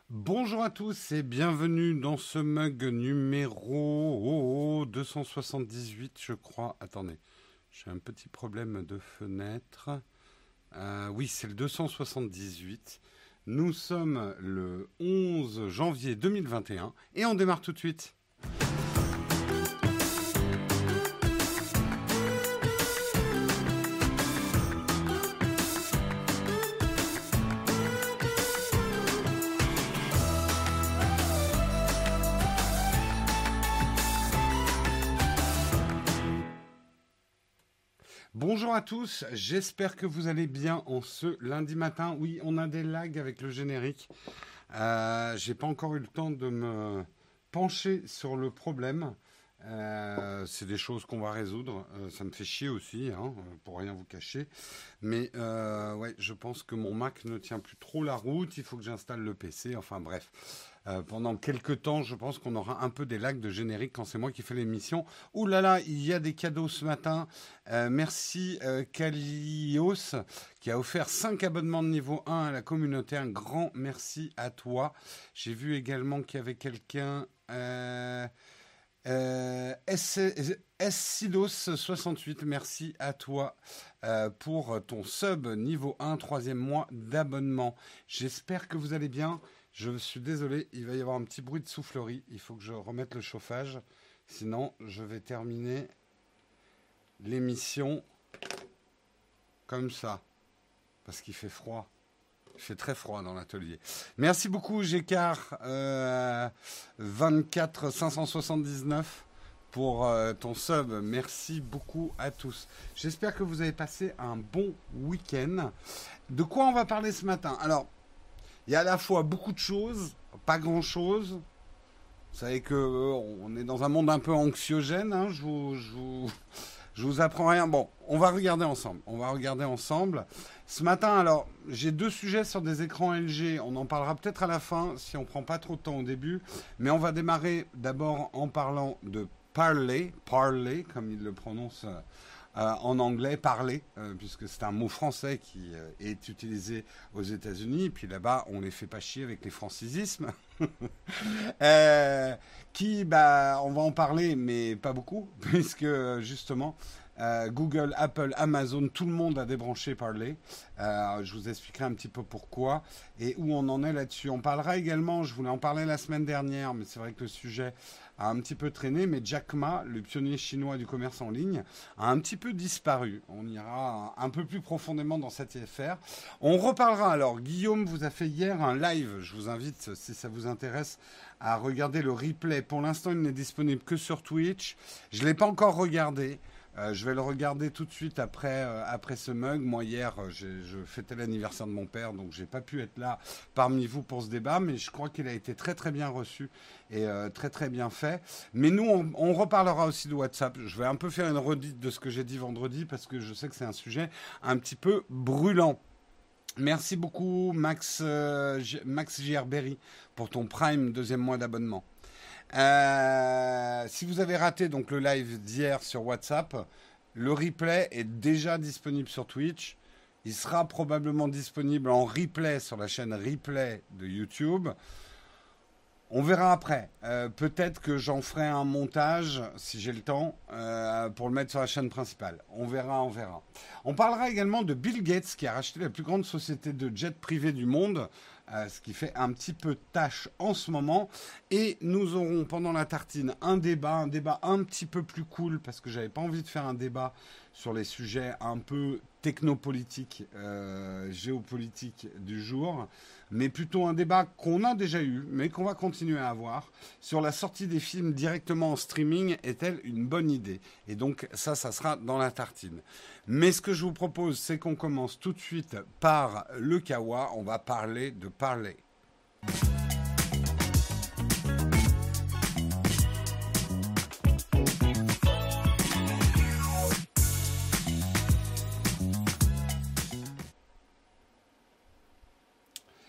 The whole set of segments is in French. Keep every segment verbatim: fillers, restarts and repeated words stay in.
Bonjour à tous et bienvenue dans ce mug numéro deux cent soixante-dix-huit, je crois. Attendez, j'ai un petit problème de fenêtre. Euh, oui, c'est le deux cent soixante-dix-huit. Nous sommes le onze janvier deux mille vingt et un et on démarre tout de suite. Bonjour à tous, j'espère que vous allez bien en ce lundi matin. Oui, on a des lags avec le générique. Euh, j'ai pas encore eu le temps de me pencher sur le problème. Euh, c'est des choses qu'on va résoudre. Euh, ça me fait chier aussi, hein, pour rien vous cacher. Mais euh, ouais, je pense que mon Mac ne tient plus trop la route. Il faut que j'installe le P C. Enfin bref. Euh, pendant quelques temps, je pense qu'on aura un peu des lags de générique quand c'est moi qui fais l'émission. Ouh là là, il y a des cadeaux ce matin. Euh, merci euh, Kalios qui a offert cinq abonnements de niveau un à la communauté. Un grand merci à toi. J'ai vu également qu'il y avait quelqu'un... Euh, euh, Silos soixante-huit, merci à toi euh, pour ton sub niveau un, troisième mois d'abonnement. J'espère que vous allez bien. Je suis désolé, il va y avoir un petit bruit de soufflerie. Il faut que je remette le chauffage. Sinon, je vais terminer l'émission comme ça. Parce qu'il fait froid. Il fait très froid dans l'atelier. Merci beaucoup, Gécard euh, vingt-quatre cinq cent soixante-dix-neuf pour euh, ton sub. Merci beaucoup à tous. J'espère que vous avez passé un bon week-end. De quoi on va parler ce matin? Alors, il y a à la fois beaucoup de choses, pas grand-chose. Vous savez que euh, on est dans un monde un peu anxiogène. Hein, je vous, je vous, je vous apprends rien. Bon, on va regarder ensemble. On va regarder ensemble. Ce matin, alors, j'ai deux sujets sur des écrans L G. On en parlera peut-être à la fin, si on prend pas trop de temps au début. Mais on va démarrer d'abord en parlant de Parler, Parler, comme il le prononce euh, euh, en anglais, parler, euh, puisque c'est un mot français qui euh, est utilisé aux États-Unis. Puis là-bas, on les fait pas chier avec les francisismes. euh, qui, bah, on va en parler, mais pas beaucoup, puisque justement, euh, Google, Apple, Amazon, tout le monde a débranché Parler. Euh, je vous expliquerai un petit peu pourquoi et où on en est là-dessus. On parlera également, je voulais en parler la semaine dernière, mais c'est vrai que le sujet a un petit peu traîné, mais Jack Ma, le pionnier chinois du commerce en ligne, a un petit peu disparu. On ira un peu plus profondément dans cette affaire. On reparlera alors. Guillaume vous a fait hier un live. Je vous invite, si ça vous intéresse, à regarder le replay. Pour l'instant, il n'est disponible que sur Twitch. Je ne l'ai pas encore regardé. Euh, je vais le regarder tout de suite après, euh, après ce mug. Moi, hier, euh, j'ai, je fêtais l'anniversaire de mon père, donc j'ai pas pu être là parmi vous pour ce débat, mais je crois qu'il a été très très bien reçu et euh, très très bien fait. Mais nous, on, on reparlera aussi de WhatsApp. Je vais un peu faire une redite de ce que j'ai dit vendredi, parce que je sais que c'est un sujet un petit peu brûlant. Merci beaucoup, Max, euh, G- Max J R Berry, pour ton Prime deuxième mois d'abonnement. Euh, si vous avez raté donc le live d'hier sur WhatsApp, le replay est déjà disponible sur Twitch. Il sera probablement disponible en replay sur la chaîne replay de YouTube. On verra après. Euh, peut-être que j'en ferai un montage, si j'ai le temps, euh, pour le mettre sur la chaîne principale. On verra, on verra. On parlera également de Bill Gates, qui a racheté la plus grande société de jets privés du monde, euh, ce qui fait un petit peu tâche en ce moment. Et nous aurons pendant la tartine un débat, un débat un petit peu plus cool, parce que j'avais pas envie de faire un débat sur les sujets un peu technopolitiques, euh, géopolitiques du jour, mais plutôt un débat qu'on a déjà eu, mais qu'on va continuer à avoir, sur la sortie des films directement en streaming est-elle une bonne idée? Et donc ça, ça sera dans la tartine. Mais ce que je vous propose, c'est qu'on commence tout de suite par le Kawa. On va parler de parler.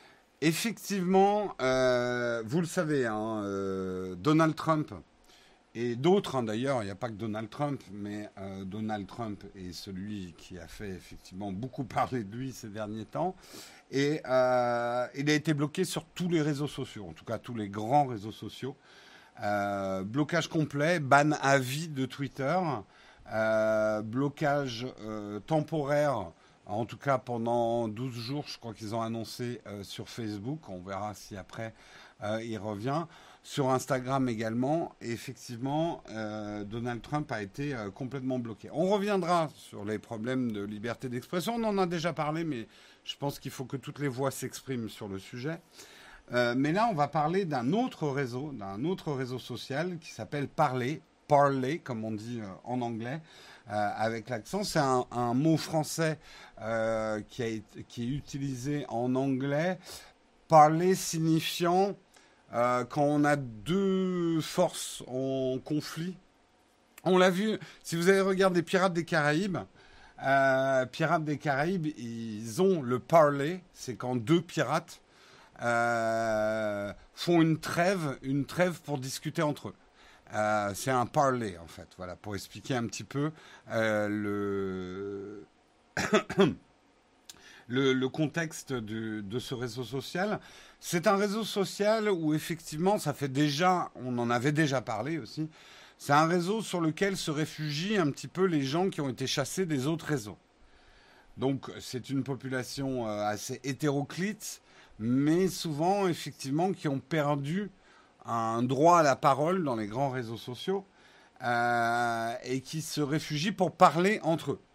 Effectivement, euh, vous le savez, hein, euh, Donald Trump et d'autres hein, d'ailleurs, il n'y a pas que Donald Trump, mais euh, Donald Trump est celui qui a fait effectivement beaucoup parler de lui ces derniers temps. Et euh, il a été bloqué sur tous les réseaux sociaux, en tout cas tous les grands réseaux sociaux. Euh, blocage complet, ban à vie de Twitter, euh, blocage euh, temporaire, en tout cas pendant douze jours, je crois qu'ils ont annoncé euh, sur Facebook. On verra si après euh, il revient. Sur Instagram également, et effectivement, euh, Donald Trump a été euh, complètement bloqué. On reviendra sur les problèmes de liberté d'expression. On en a déjà parlé, mais je pense qu'il faut que toutes les voix s'expriment sur le sujet. Euh, mais là, on va parler d'un autre réseau, d'un autre réseau social qui s'appelle Parler, Parler, comme on dit euh, en anglais, euh, avec l'accent. C'est un, un mot français euh, qui, a été, qui est utilisé en anglais. Parler signifiant euh, quand on a deux forces en conflit. On l'a vu, si vous avez regardé Pirates des Caraïbes, euh, Pirates des Caraïbes, ils ont le parler, c'est quand deux pirates euh, font une trêve, une trêve pour discuter entre eux. Euh, c'est un parler en fait, voilà, pour expliquer un petit peu euh, le, le le contexte de, de ce réseau social. C'est un réseau social où effectivement, ça fait déjà, on en avait déjà parlé aussi. C'est un réseau sur lequel se réfugient un petit peu les gens qui ont été chassés des autres réseaux. Donc c'est une population euh, assez hétéroclite, mais souvent effectivement qui ont perdu un droit à la parole dans les grands réseaux sociaux euh, et qui se réfugient pour parler entre eux.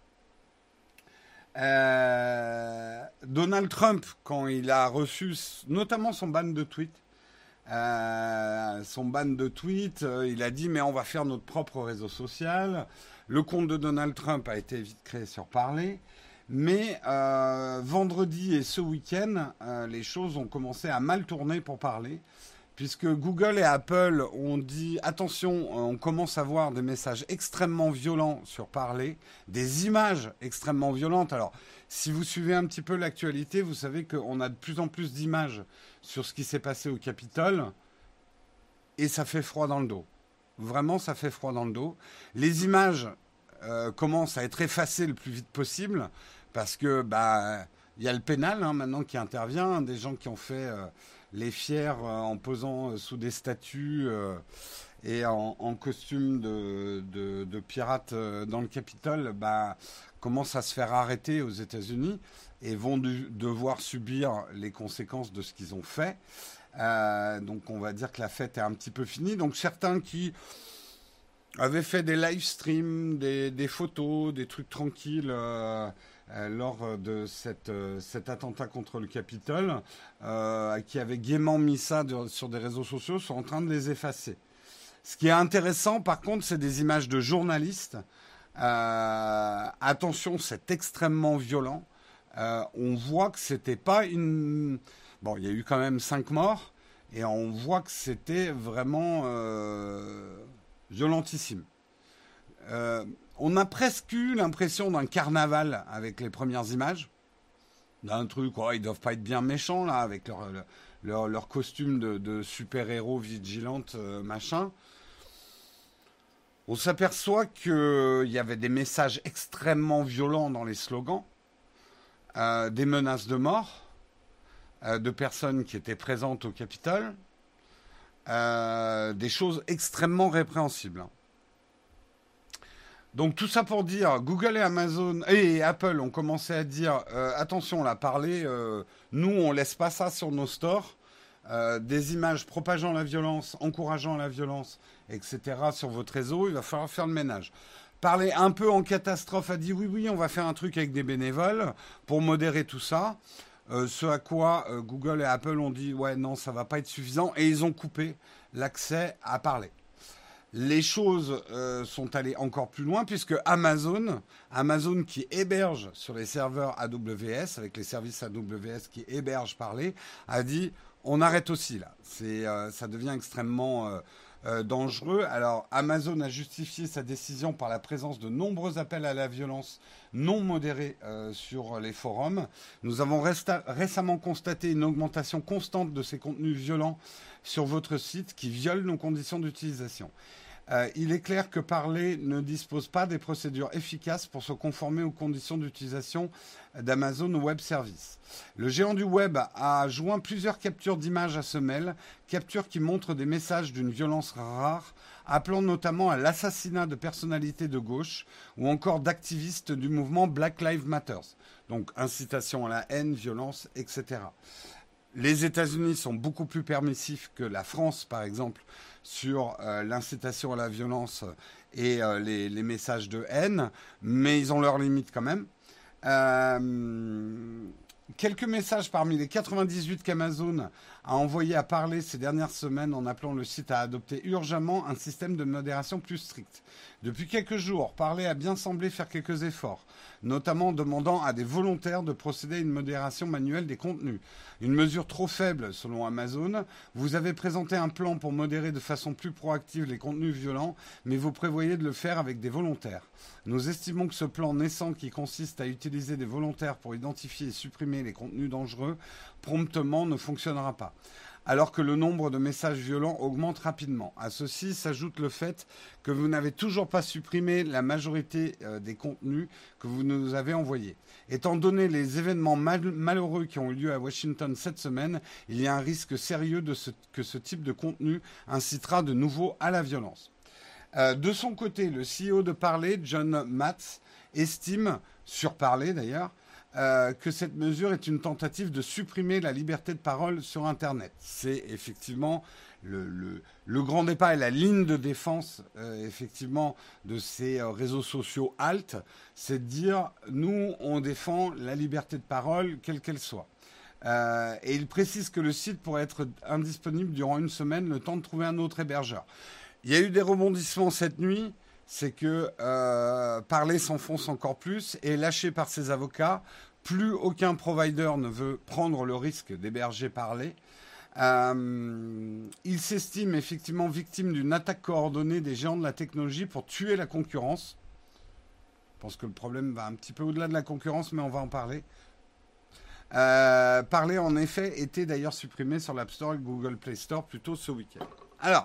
Euh, Donald Trump, quand il a reçu notamment son ban de tweets, euh, son ban de tweets, euh, il a dit mais on va faire notre propre réseau social. Le compte de Donald Trump a été vite créé sur Parler. Mais euh, vendredi et ce week-end, euh, les choses ont commencé à mal tourner pour Parler, puisque Google et Apple ont dit « Attention, on commence à voir des messages extrêmement violents sur Parler, des images extrêmement violentes. » Alors, si vous suivez un petit peu l'actualité, vous savez qu'on a de plus en plus d'images sur ce qui s'est passé au Capitole, et ça fait froid dans le dos. Vraiment, ça fait froid dans le dos. Les images euh, commencent à être effacées le plus vite possible, parce que bah il y a le pénal hein, maintenant qui intervient, des gens qui ont fait euh, les fiers euh, en posant euh, sous des statues euh, et en, en costume de, de, de pirates euh, dans le Capitole, bah, commencent à se faire arrêter aux États-Unis et vont du, devoir subir les conséquences de ce qu'ils ont fait. Euh, donc on va dire que la fête est un petit peu finie. Donc certains qui avaient fait des live streams, des, des photos, des trucs tranquilles euh, euh, lors de cette, euh, cet attentat contre le Capitole, euh, qui avaient gaiement mis ça de, sur des réseaux sociaux, sont en train de les effacer. Ce qui est intéressant, par contre, c'est des images de journalistes. Euh, attention, c'est extrêmement violent. Euh, on voit que c'était pas une... Bon, il y a eu quand même cinq morts, et on voit que c'était vraiment euh, violentissime. Euh, on a presque eu l'impression d'un carnaval avec les premières images, d'un truc, oh, ils doivent pas être bien méchants là, avec leur, leur, leur costume de, de super-héros vigilante, euh, machin. On s'aperçoit qu'il y avait des messages extrêmement violents dans les slogans, euh, des menaces de mort, euh, de personnes qui étaient présentes au Capitole, euh, des choses extrêmement répréhensibles. Hein. Donc tout ça pour dire, Google et Amazon et Apple ont commencé à dire euh, attention là, parler, euh, nous on laisse pas ça sur nos stores, euh, des images propageant la violence, encourageant la violence, et cetera sur votre réseau, il va falloir faire le ménage. Parler un peu en catastrophe a dit oui oui on va faire un truc avec des bénévoles pour modérer tout ça. Euh, ce à quoi euh, Google et Apple ont dit ouais non ça va pas être suffisant et ils ont coupé l'accès à Parler. Les choses euh, sont allées encore plus loin puisque Amazon, Amazon qui héberge sur les serveurs A W S, avec les services A W S qui hébergent Parler, a dit on arrête aussi là. C'est, euh, ça devient extrêmement euh, euh, dangereux. Alors Amazon a justifié sa décision par la présence de nombreux appels à la violence non modérés euh, sur les forums. Nous avons resta- récemment constaté une augmentation constante de ces contenus violents sur votre site qui violent nos conditions d'utilisation. Euh, il est clair que Parler ne dispose pas des procédures efficaces pour se conformer aux conditions d'utilisation d'Amazon Web Services. Le géant du web a joint plusieurs captures d'images à ce mail, captures qui montrent des messages d'une violence rare, appelant notamment à l'assassinat de personnalités de gauche ou encore d'activistes du mouvement Black Lives Matter. Donc incitation à la haine, violence, et cetera. Les États-Unis sont beaucoup plus permissifs que la France, par exemple, sur euh, l'incitation à la violence et euh, les, les messages de haine, mais ils ont leurs limites quand même. Euh, quelques messages parmi les quatre-vingt-dix-huit qu'Amazon a envoyés à Parler ces dernières semaines en appelant le site à adopter urgemment un système de modération plus strict. Depuis quelques jours, Parler a bien semblé faire quelques efforts, notamment en demandant à des volontaires de procéder à une modération manuelle des contenus. Une mesure trop faible, selon Amazon. Vous avez présenté un plan pour modérer de façon plus proactive les contenus violents, mais vous prévoyez de le faire avec des volontaires. Nous estimons que ce plan naissant qui consiste à utiliser des volontaires pour identifier et supprimer les contenus dangereux promptement ne fonctionnera pas, alors que le nombre de messages violents augmente rapidement. À ceci s'ajoute le fait que vous n'avez toujours pas supprimé la majorité euh, des contenus que vous nous avez envoyés. Étant donné les événements mal- malheureux qui ont eu lieu à Washington cette semaine, il y a un risque sérieux de ce, que ce type de contenu incitera de nouveau à la violence. Euh, de son côté, le C E O de Parler, John Matz, estime, sur Parler d'ailleurs, Euh, que cette mesure est une tentative de supprimer la liberté de parole sur Internet. C'est effectivement le, le, le grand débat et la ligne de défense euh, effectivement de ces euh, réseaux sociaux alt, c'est de dire nous on défend la liberté de parole quelle qu'elle soit. Euh, et il précise que le site pourrait être indisponible durant une semaine, le temps de trouver un autre hébergeur. Il y a eu des rebondissements cette nuit. C'est que euh, Parler s'enfonce encore plus et lâché par ses avocats, plus aucun provider ne veut prendre le risque d'héberger Parler. Euh, il s'estime effectivement victime d'une attaque coordonnée des géants de la technologie pour tuer la concurrence. Je pense que le problème va un petit peu au-delà de la concurrence, mais on va en parler. Euh, Parler, en effet, était d'ailleurs supprimé sur l'App Store et Google Play Store plus tôt ce week-end. Alors,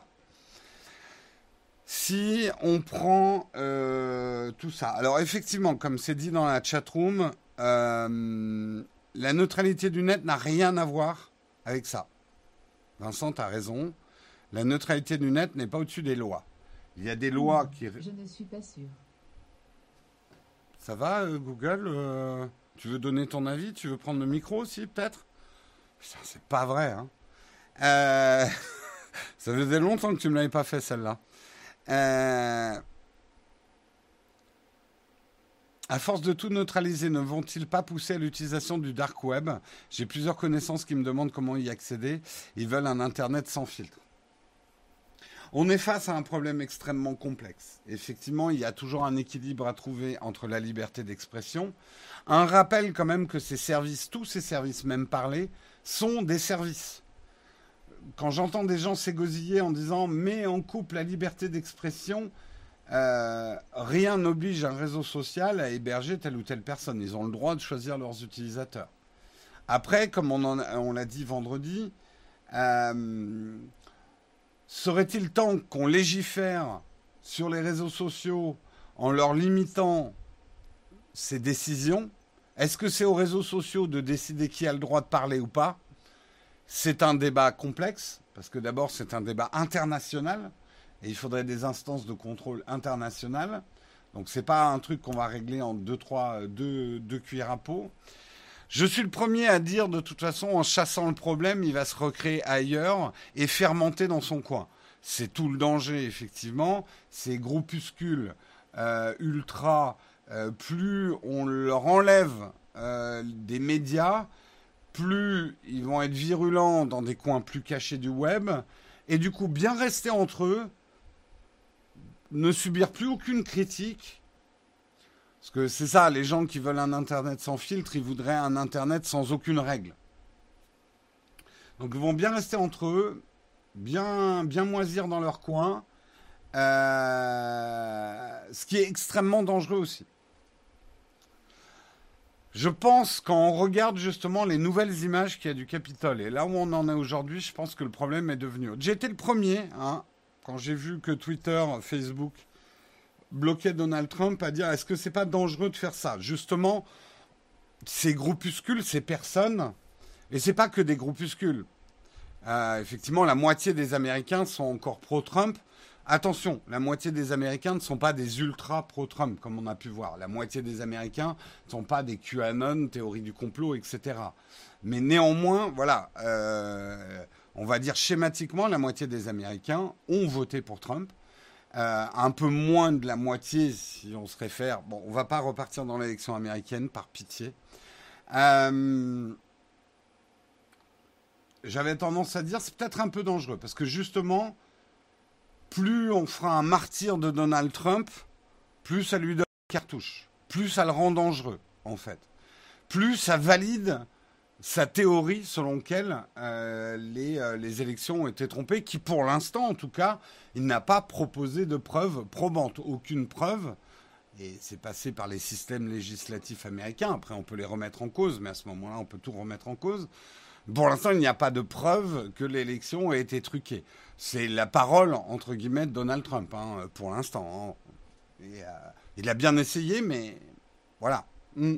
si on prend euh, tout ça, alors effectivement, comme c'est dit dans la chatroom, euh, la neutralité du net n'a rien à voir avec ça. Vincent, tu as raison. La neutralité du net n'est pas au-dessus des lois. Il y a des lois Non, qui... je ne suis pas sûre. Ça va, euh, Google euh, tu veux donner ton avis? Tu veux prendre le micro aussi, peut-être? Putain, c'est pas vrai, hein. Euh... Ça faisait longtemps que tu ne me l'avais pas fait, celle-là. Euh, à force de tout neutraliser, ne vont-ils pas pousser à l'utilisation du dark web? J'ai plusieurs connaissances qui me demandent comment y accéder. Ils veulent un Internet sans filtre. On est face à un problème extrêmement complexe. Effectivement, il y a toujours un équilibre à trouver entre la liberté d'expression. Un rappel quand même que ces services, tous ces services, même Parler, sont des services. Quand j'entends des gens s'égosiller en disant « mets en couple la liberté d'expression euh, », rien n'oblige un réseau social à héberger telle ou telle personne. Ils ont le droit de choisir leurs utilisateurs. Après, comme on, en a, on l'a dit vendredi, euh, serait-il temps qu'on légifère sur les réseaux sociaux en leur limitant ces décisions? Est-ce que c'est aux réseaux sociaux de décider qui a le droit de parler ou pas? C'est un débat complexe, parce que d'abord, c'est un débat international, et il faudrait des instances de contrôle internationales. Donc, ce n'est pas un truc qu'on va régler en deux, trois, deux, deux cuillères à peau. Je suis le premier à dire, de toute façon, en chassant le problème, il va se recréer ailleurs et fermenter dans son coin. C'est tout le danger, effectivement. Ces groupuscules euh, ultra, euh, plus on leur enlève euh, des médias, plus ils vont être virulents dans des coins plus cachés du web, et du coup, bien rester entre eux, ne subir plus aucune critique, parce que c'est ça, les gens qui veulent un Internet sans filtre, ils voudraient un Internet sans aucune règle. Donc ils vont bien rester entre eux, bien, bien moisir dans leur coin, euh, ce qui est extrêmement dangereux aussi. Je pense, quand on regarde justement les nouvelles images qu'il y a du Capitole, et là où on en est aujourd'hui, je pense que le problème est devenu autre. J'ai été le premier, hein, quand j'ai vu que Twitter, Facebook bloquaient Donald Trump, à dire est-ce que c'est pas dangereux de faire ça? Justement, ces groupuscules, ces personnes, et c'est pas que des groupuscules. Euh, effectivement, la moitié des Américains sont encore pro-Trump. Attention, la moitié des Américains ne sont pas des ultra pro-Trump, comme on a pu voir. La moitié des Américains ne sont pas des QAnon, théories du complot, et cetera. Mais néanmoins, voilà, euh, on va dire schématiquement, la moitié des Américains ont voté pour Trump. Euh, un peu moins de la moitié, si on se réfère. Bon, on ne va pas repartir dans l'élection américaine, par pitié. Euh, j'avais tendance à dire, c'est peut-être un peu dangereux, parce que justement, plus on fera un martyr de Donald Trump, plus ça lui donne une cartouche, plus ça le rend dangereux, en fait. Plus ça valide sa théorie selon laquelle euh, les, euh, les élections ont été trompées, qui pour l'instant, en tout cas, il n'a pas proposé de preuves probantes, aucune preuve, et c'est passé par les systèmes législatifs américains, après on peut les remettre en cause, mais à ce moment-là, on peut tout remettre en cause. Pour l'instant, il n'y a pas de preuve que l'élection ait été truquée. C'est la parole, entre guillemets, de Donald Trump, hein, pour l'instant. Hein. Et, euh, il a bien essayé, mais voilà. Mm.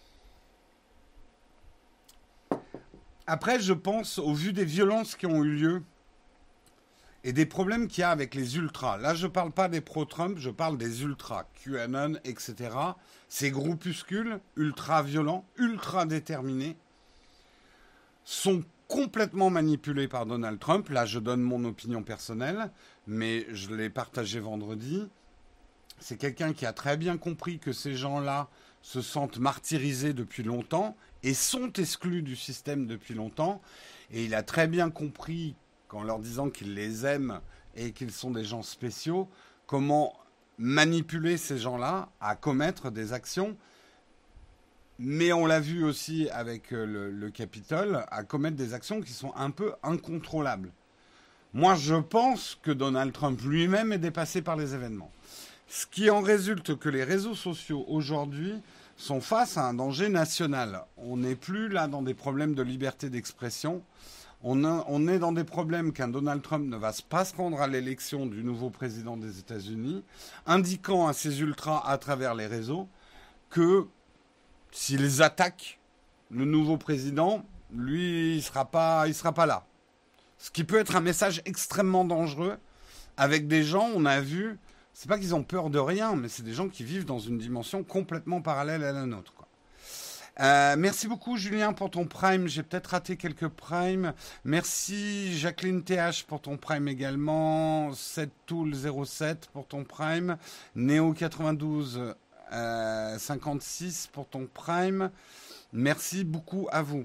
Après, je pense, au vu des violences qui ont eu lieu et des problèmes qu'il y a avec les ultras. Là, je ne parle pas des pro-Trump, je parle des ultras, QAnon, et cetera. Ces groupuscules ultra-violents, ultra-déterminés, sont complètement manipulés par Donald Trump. Là, je donne mon opinion personnelle, mais je l'ai partagé vendredi. C'est quelqu'un qui a très bien compris que ces gens-là se sentent martyrisés depuis longtemps et sont exclus du système depuis longtemps. Et il a très bien compris, qu'en leur disant qu'il les aime et qu'ils sont des gens spéciaux, comment manipuler ces gens-là à commettre des actions. Mais on l'a vu aussi avec le, le Capitole, à commettre des actions qui sont un peu incontrôlables. Moi, je pense que Donald Trump lui-même est dépassé par les événements. Ce qui en résulte que les réseaux sociaux aujourd'hui sont face à un danger national. On n'est plus là dans des problèmes de liberté d'expression. On, a, on est dans des problèmes qu'un Donald Trump ne va pas se rendre à l'élection du nouveau président des États-Unis, indiquant à ses ultras à travers les réseaux que s'ils attaquent le nouveau président, lui, il ne sera pas, il sera pas là. Ce qui peut être un message extrêmement dangereux avec des gens, on a vu, c'est pas qu'ils ont peur de rien, mais c'est des gens qui vivent dans une dimension complètement parallèle à la nôtre, quoi. Euh, merci beaucoup Julien pour ton prime, j'ai peut-être raté quelques primes. Merci Jacqueline T H pour ton prime également, sept tool zéro sept pour ton prime, Néo quatre-vingt-douze euh, cinquante-six pour ton prime. Merci beaucoup à vous.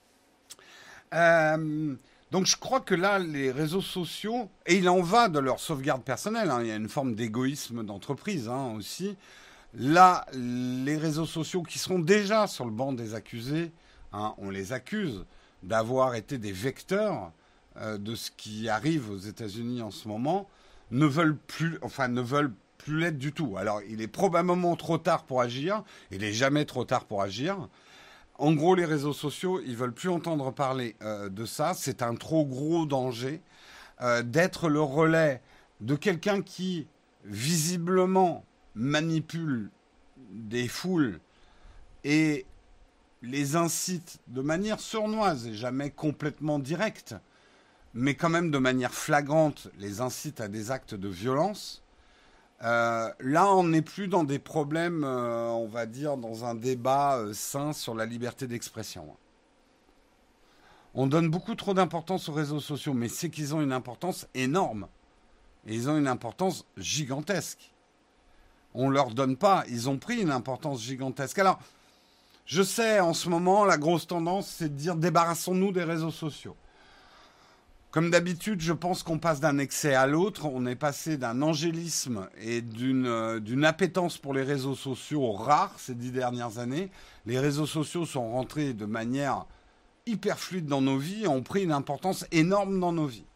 Euh, donc je crois que là, les réseaux sociaux, et il en va de leur sauvegarde personnelle, hein, il y a une forme d'égoïsme d'entreprise hein, aussi. Là, les réseaux sociaux qui sont déjà sur le banc des accusés, hein, on les accuse d'avoir été des vecteurs euh, de ce qui arrive aux États-Unis en ce moment, ne veulent plus, enfin ne veulent plus l'être du tout. Alors, il est probablement trop tard pour agir. Il n'est jamais trop tard pour agir. En gros, les réseaux sociaux, ils veulent plus entendre parler euh, de ça. C'est un trop gros danger euh, d'être le relais de quelqu'un qui, visiblement, manipule des foules et les incite de manière sournoise et jamais complètement directe, mais quand même de manière flagrante, les incite à des actes de violence. Euh, là, on n'est plus dans des problèmes, euh, on va dire, dans un débat euh, sain sur la liberté d'expression. On donne beaucoup trop d'importance aux réseaux sociaux, mais c'est qu'ils ont une importance énorme. Et ils ont une importance gigantesque. On ne leur donne pas, ils ont pris une importance gigantesque. Alors, je sais, en ce moment, la grosse tendance, c'est de dire débarrassons-nous des réseaux sociaux. Comme d'habitude, je pense qu'on passe d'un excès à l'autre. On est passé d'un angélisme et d'une, euh, d'une appétence pour les réseaux sociaux rares ces dix dernières années. Les réseaux sociaux sont rentrés de manière hyper fluide dans nos vies et ont pris une importance énorme dans nos vies.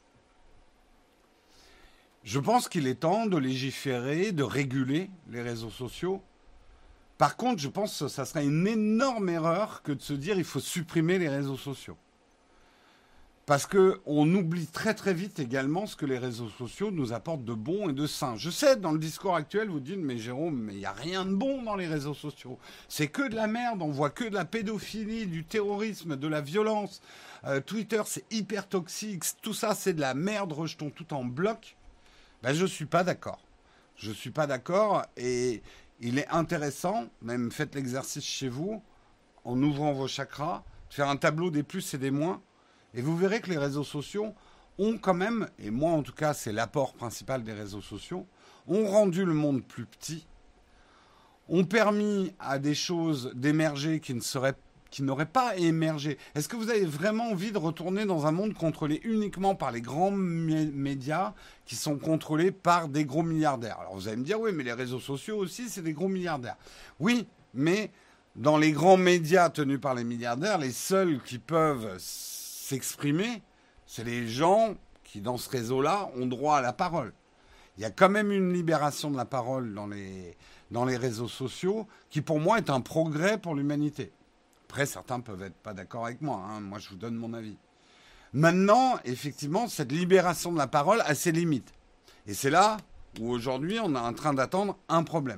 Je pense qu'il est temps de légiférer, de réguler les réseaux sociaux. Par contre, je pense que ça serait une énorme erreur que de se dire qu'il faut supprimer les réseaux sociaux. Parce qu'on oublie très très vite également ce que les réseaux sociaux nous apportent de bon et de sain. Je sais, dans le discours actuel, vous dites, mais Jérôme, mais il n'y a rien de bon dans les réseaux sociaux. C'est que de la merde, on voit que de la pédophilie, du terrorisme, de la violence. Euh, Twitter, c'est hyper toxique, tout ça, c'est de la merde, rejetons tout en bloc. Ben, je ne suis pas d'accord. Je ne suis pas d'accord et il est intéressant, même faites l'exercice chez vous, en ouvrant vos chakras, de faire un tableau des plus et des moins. Et vous verrez que les réseaux sociaux ont quand même, et moi en tout cas c'est l'apport principal des réseaux sociaux, ont rendu le monde plus petit, ont permis à des choses d'émerger qui ne seraient, qui n'auraient pas émergé. Est-ce que vous avez vraiment envie de retourner dans un monde contrôlé uniquement par les grands mé- médias qui sont contrôlés par des gros milliardaires? Alors vous allez me dire, oui, mais les réseaux sociaux aussi, c'est des gros milliardaires. Oui, mais dans les grands médias tenus par les milliardaires, les seuls qui peuvent s'exprimer, c'est les gens qui, dans ce réseau-là, ont droit à la parole. Il y a quand même une libération de la parole dans les, dans les réseaux sociaux qui, pour moi, est un progrès pour l'humanité. Après, certains peuvent être pas d'accord avec moi. Hein. Moi, je vous donne mon avis. Maintenant, effectivement, cette libération de la parole a ses limites. Et c'est là où, aujourd'hui, on est en train d'attendre un problème.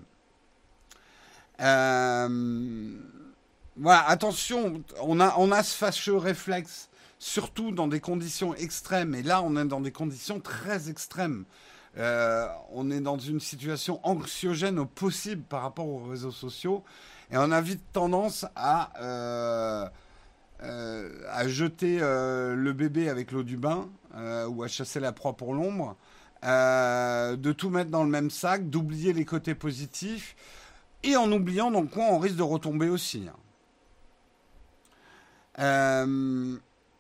Euh, voilà, attention, on a, on a ce fâcheux réflexe, surtout dans des conditions extrêmes. Et là, on est dans des conditions très extrêmes. Euh, on est dans une situation anxiogène au possible par rapport aux réseaux sociaux. Et on a vite tendance à, euh, euh, à jeter euh, le bébé avec l'eau du bain euh, ou à chasser la proie pour l'ombre, euh, de tout mettre dans le même sac, d'oublier les côtés positifs. Et en oubliant dans quoi on risque de retomber aussi. Euh...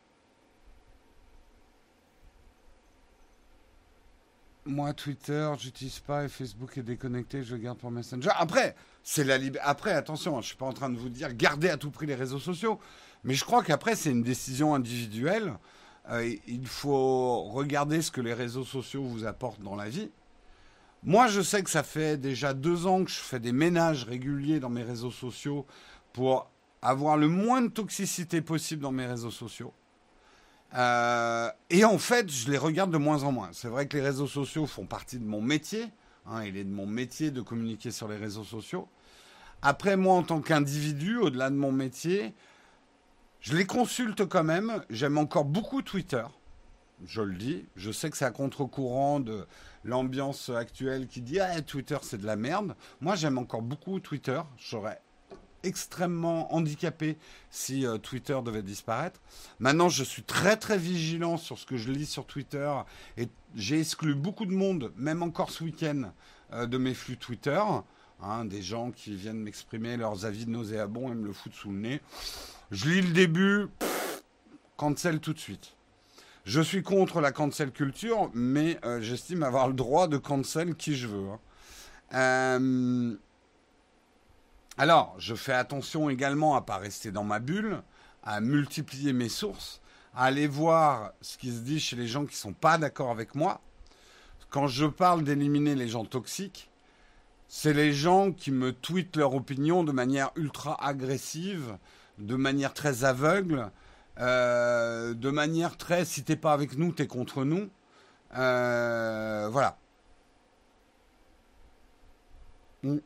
Moi, Twitter, j'utilise pas et Facebook est déconnecté, je garde pour Messenger. Après, c'est la lib... Après, attention, je suis pas en train de vous dire gardez à tout prix les réseaux sociaux, mais je crois qu'après c'est une décision individuelle. Euh, il faut regarder ce que les réseaux sociaux vous apportent dans la vie. Moi, je sais que ça fait déjà deux ans que je fais des ménages réguliers dans mes réseaux sociaux pour avoir le moins de toxicité possible dans mes réseaux sociaux. Euh, et en fait, je les regarde de moins en moins. C'est vrai que les réseaux sociaux font partie de mon métier. Hein, il est de mon métier de communiquer sur les réseaux sociaux. Après, moi, en tant qu'individu, au-delà de mon métier, je les consulte quand même. J'aime encore beaucoup Twitter. Je le dis. Je sais que c'est à contre-courant de l'ambiance actuelle qui dit « Ah, Twitter, c'est de la merde ». Moi, j'aime encore beaucoup Twitter. Je serais extrêmement handicapé si euh, Twitter devait disparaître. Maintenant, je suis très très vigilant sur ce que je lis sur Twitter et j'ai exclu beaucoup de monde, même encore ce week-end, euh, de mes flux Twitter. Hein, des gens qui viennent m'exprimer leurs avis nauséabonds et me le foutent sous le nez. Je lis le début, pff, cancel tout de suite. Je suis contre la cancel culture, mais euh, j'estime avoir le droit de cancel qui je veux. Hein. Euh... Alors, je fais attention également à ne pas rester dans ma bulle, à multiplier mes sources, à aller voir ce qui se dit chez les gens qui ne sont pas d'accord avec moi. Quand je parle d'éliminer les gens toxiques, c'est les gens qui me tweetent leur opinion de manière ultra agressive, de manière très aveugle, euh, de manière très « si t'es pas avec nous, t'es contre nous euh, ». Voilà. Mm.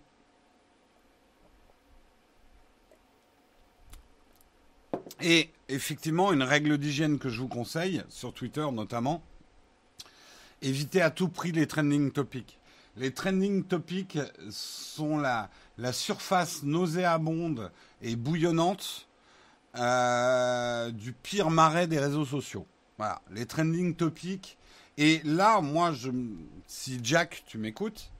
Et effectivement, une règle d'hygiène que je vous conseille, sur Twitter notamment, évitez à tout prix les trending topics. Les trending topics sont la, la surface nauséabonde et bouillonnante euh, du pire marais des réseaux sociaux. Voilà, les trending topics. Et là, moi, je, si Jack, tu m'écoutes,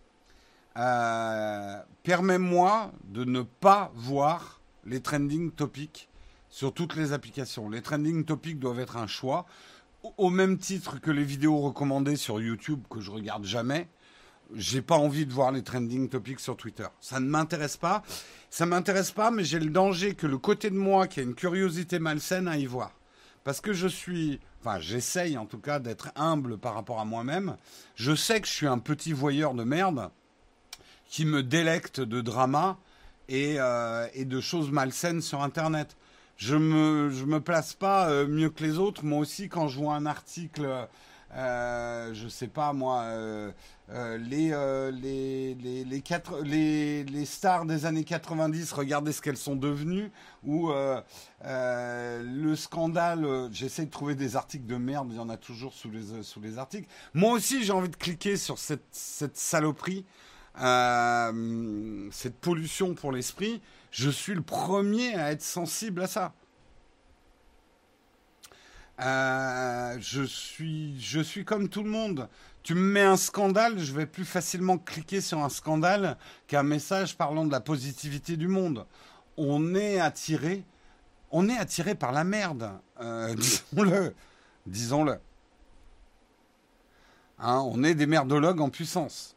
euh, permets-moi de ne pas voir les trending topics sur toutes les applications. Les trending topics doivent être un choix, au même titre que les vidéos recommandées sur YouTube que je regarde jamais. J'ai pas envie de voir les trending topics sur Twitter. Ça ne m'intéresse pas. Ça m'intéresse pas, mais j'ai le danger que le côté de moi qui a une curiosité malsaine à y voir. Parce que je suis, enfin, j'essaye en tout cas d'être humble par rapport à moi-même. Je sais que je suis un petit voyeur de merde qui me délecte de drama et, euh, et de choses malsaines sur Internet. je me, je me place pas euh, mieux que les autres. Moi aussi, quand je vois un article, euh, je sais pas moi, euh, euh, les, euh, les, les, les, quatre, les, les stars des années quatre-vingt-dix, regardez ce qu'elles sont devenues, ou euh, euh, le scandale, euh, j'essaie de trouver des articles de merde, il y en a toujours sous les, euh, sous les articles. Moi aussi, j'ai envie de cliquer sur cette, cette saloperie, euh, cette pollution pour l'esprit. Je suis le premier à être sensible à ça. Euh, je suis, je suis comme tout le monde. Tu me mets un scandale, je vais plus facilement cliquer sur un scandale qu'un message parlant de la positivité du monde. On est attiré, on est attiré par la merde. Euh, disons-le, disons-le. Hein, on est des merdologues en puissance.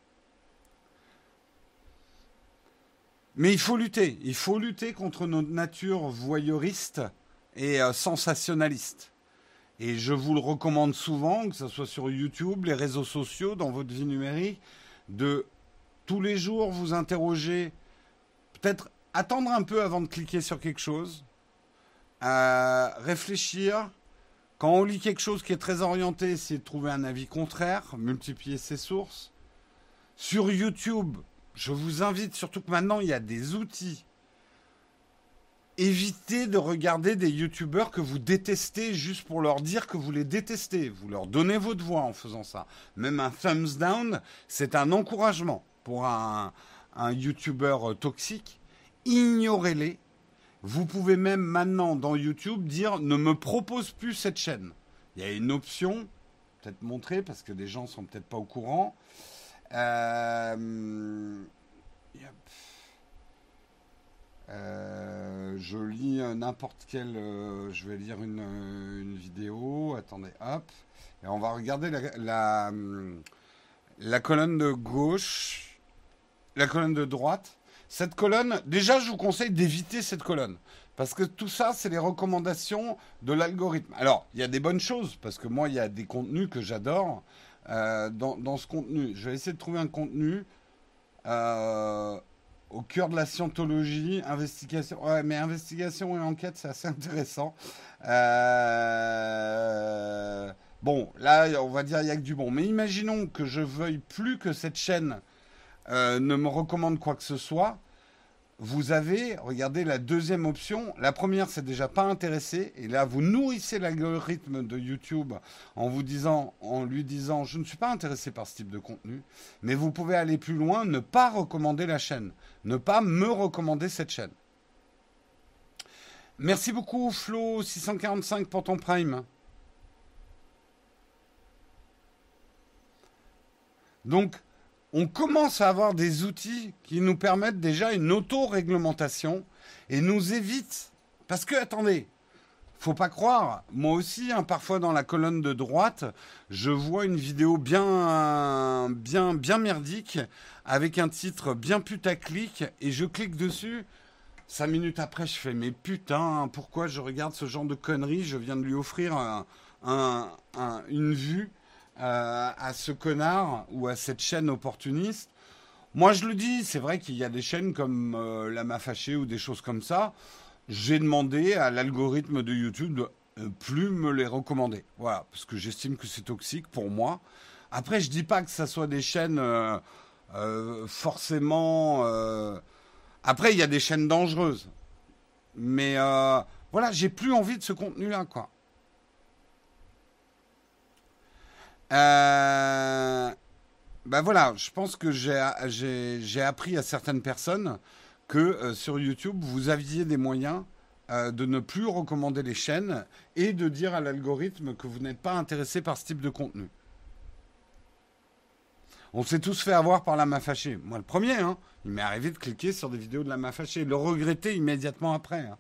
Mais il faut lutter. Il faut lutter contre notre nature voyeuriste et euh, sensationnaliste. Et je vous le recommande souvent, que ce soit sur YouTube, les réseaux sociaux, dans votre vie numérique, de tous les jours vous interroger, peut-être attendre un peu avant de cliquer sur quelque chose, euh, réfléchir. Quand on lit quelque chose qui est très orienté, essayer de trouver un avis contraire, multiplier ses sources. Sur YouTube, je vous invite, surtout que maintenant il y a des outils. Évitez de regarder des youtubeurs que vous détestez juste pour leur dire que vous les détestez. Vous leur donnez votre voix en faisant ça. Même un thumbs down, c'est un encouragement pour un, un youtubeur toxique. Ignorez-les. Vous pouvez même maintenant dans YouTube dire ne me propose plus cette chaîne. Il y a une option, peut-être montrer parce que des gens sont peut-être pas au courant. Euh, yep. Euh, je lis n'importe quelle. Euh, je vais lire une, une vidéo. Attendez, hop. Et on va regarder la, la, la colonne de gauche, la colonne de droite. Cette colonne, déjà, je vous conseille d'éviter cette colonne. Parce que tout ça, c'est les recommandations de l'algorithme. Alors, il y a des bonnes choses, parce que moi, il y a des contenus que j'adore euh, dans, dans ce contenu. Je vais essayer de trouver un contenu. Euh, Au cœur de la scientologie, investigation. Ouais, mais investigation et enquête, c'est assez intéressant. Euh... Bon, là, on va dire il y a que du bon. Mais imaginons que je veuille plus que cette chaîne euh, ne me recommande quoi que ce soit. Vous avez, regardez la deuxième option. La première, c'est déjà pas intéressé. Et là, vous nourrissez l'algorithme de YouTube en vous disant, en lui disant, je ne suis pas intéressé par ce type de contenu. Mais vous pouvez aller plus loin, ne pas recommander la chaîne, ne pas me recommander cette chaîne. Merci beaucoup, Flo six cent quarante-cinq pour ton prime. Donc, on commence à avoir des outils qui nous permettent déjà une auto-réglementation et nous évitent. Parce que, attendez, faut pas croire, moi aussi, hein, parfois dans la colonne de droite, je vois une vidéo bien, bien, bien merdique avec un titre bien putaclic et je clique dessus. Cinq minutes après, je fais mais putain, pourquoi je regarde ce genre de conneries? Je viens de lui offrir un, un, un, une vue. Euh, à ce connard ou à cette chaîne opportuniste. Moi, je le dis, c'est vrai qu'il y a des chaînes comme euh, La M'a Fâché ou des choses comme ça. J'ai demandé à l'algorithme de YouTube de euh, plus me les recommander. Voilà, parce que j'estime que c'est toxique pour moi. Après, je dis pas que ça soit des chaînes euh, euh, forcément. Euh... Après, il y a des chaînes dangereuses, mais euh, voilà, j'ai plus envie de ce contenu-là, quoi. Euh, ben voilà, je pense que j'ai, j'ai, j'ai appris à certaines personnes que euh, sur YouTube, vous aviez des moyens euh, de ne plus recommander les chaînes et de dire à l'algorithme que vous n'êtes pas intéressé par ce type de contenu. On s'est tous fait avoir par La M'a Fâché. Moi, le premier, hein, il m'est arrivé de cliquer sur des vidéos de La M'a Fâché, le regretter immédiatement après. Hein.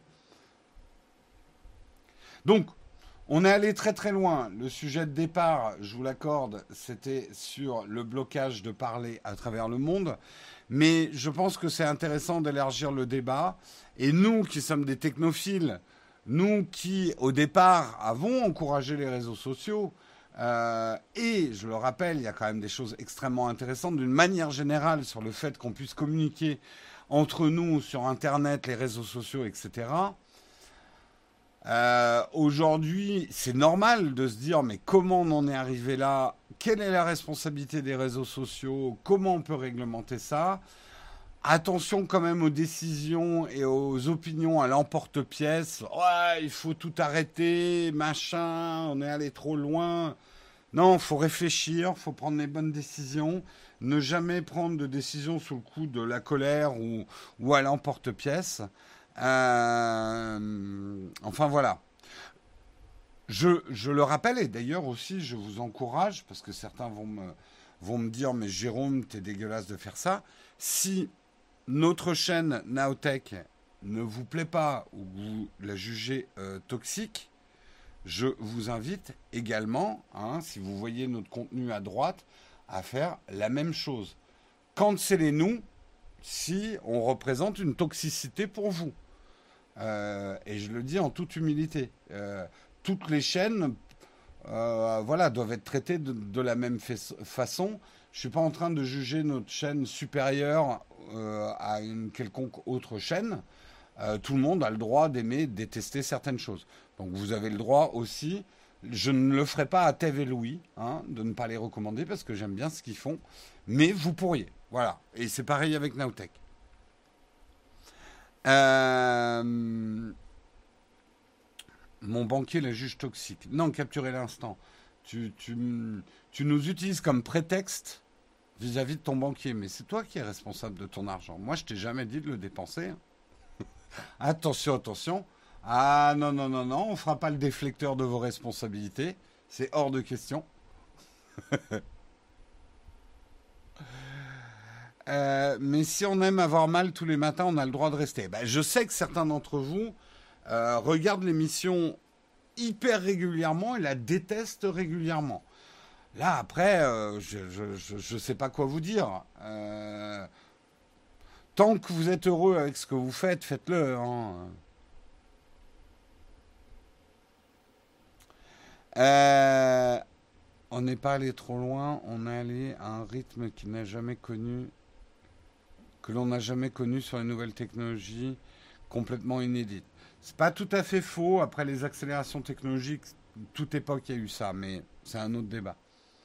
Donc, on est allé très très loin. Le sujet de départ, je vous l'accorde, c'était sur le blocage de parler à travers le monde. Mais je pense que c'est intéressant d'élargir le débat. Et nous qui sommes des technophiles, nous qui au départ avons encouragé les réseaux sociaux, euh, et je le rappelle, il y a quand même des choses extrêmement intéressantes d'une manière générale sur le fait qu'on puisse communiquer entre nous sur Internet, les réseaux sociaux, et cetera. Euh, aujourd'hui, c'est normal de se dire, mais comment on en est arrivé là? Quelle est la responsabilité des réseaux sociaux? Comment on peut réglementer ça? Attention quand même aux décisions et aux opinions à l'emporte-pièce. Ouais, il faut tout arrêter, machin, on est allé trop loin. Non, il faut réfléchir, il faut prendre les bonnes décisions. Ne jamais prendre de décision sous le coup de la colère ou, ou à l'emporte-pièce. Euh, enfin voilà. Je, je le rappelle, et d'ailleurs aussi, je vous encourage, parce que certains vont me, vont me dire, mais Jérôme, t'es dégueulasse de faire ça. Si notre chaîne Naotech ne vous plaît pas ou que vous la jugez euh, toxique, je vous invite également, hein, si vous voyez notre contenu à droite, à faire la même chose. Cancellez-nous si on représente une toxicité pour vous. Euh, et je le dis en toute humilité. Euh, toutes les chaînes euh, voilà, doivent être traitées de, de la même fa- façon. Je ne suis pas en train de juger notre chaîne supérieure euh, à une quelconque autre chaîne. Euh, tout le monde a le droit d'aimer, de détester certaines choses. Donc vous avez le droit aussi, je ne le ferai pas à Tev et Louis, hein, de ne pas les recommander parce que j'aime bien ce qu'ils font, mais vous pourriez. Voilà. Et c'est pareil avec Naotech. Euh, Mon banquier la juge toxique. Non, capturez l'instant. Tu, tu, tu nous utilises comme prétexte vis-à-vis de ton banquier, mais c'est toi qui es responsable de ton argent. Moi, je t'ai jamais dit de le dépenser. Attention, attention. Ah non, non, non, non, on ne fera pas le déflecteur de vos responsabilités. C'est hors de question. Euh, mais si on aime avoir mal tous les matins, on a le droit de rester. Ben, je sais que certains d'entre vous euh, regardent l'émission hyper régulièrement et la détestent régulièrement. Là, après, euh, je ne sais pas quoi vous dire. Euh, tant que vous êtes heureux avec ce que vous faites, faites-le. Hein. Euh, on n'est pas allé trop loin, on est allé à un rythme qui n'a jamais connu, que l'on n'a jamais connu sur les nouvelles technologies, complètement inédites. C'est pas tout à fait faux. Après les accélérations technologiques, toute époque il y a eu ça, mais c'est un autre débat.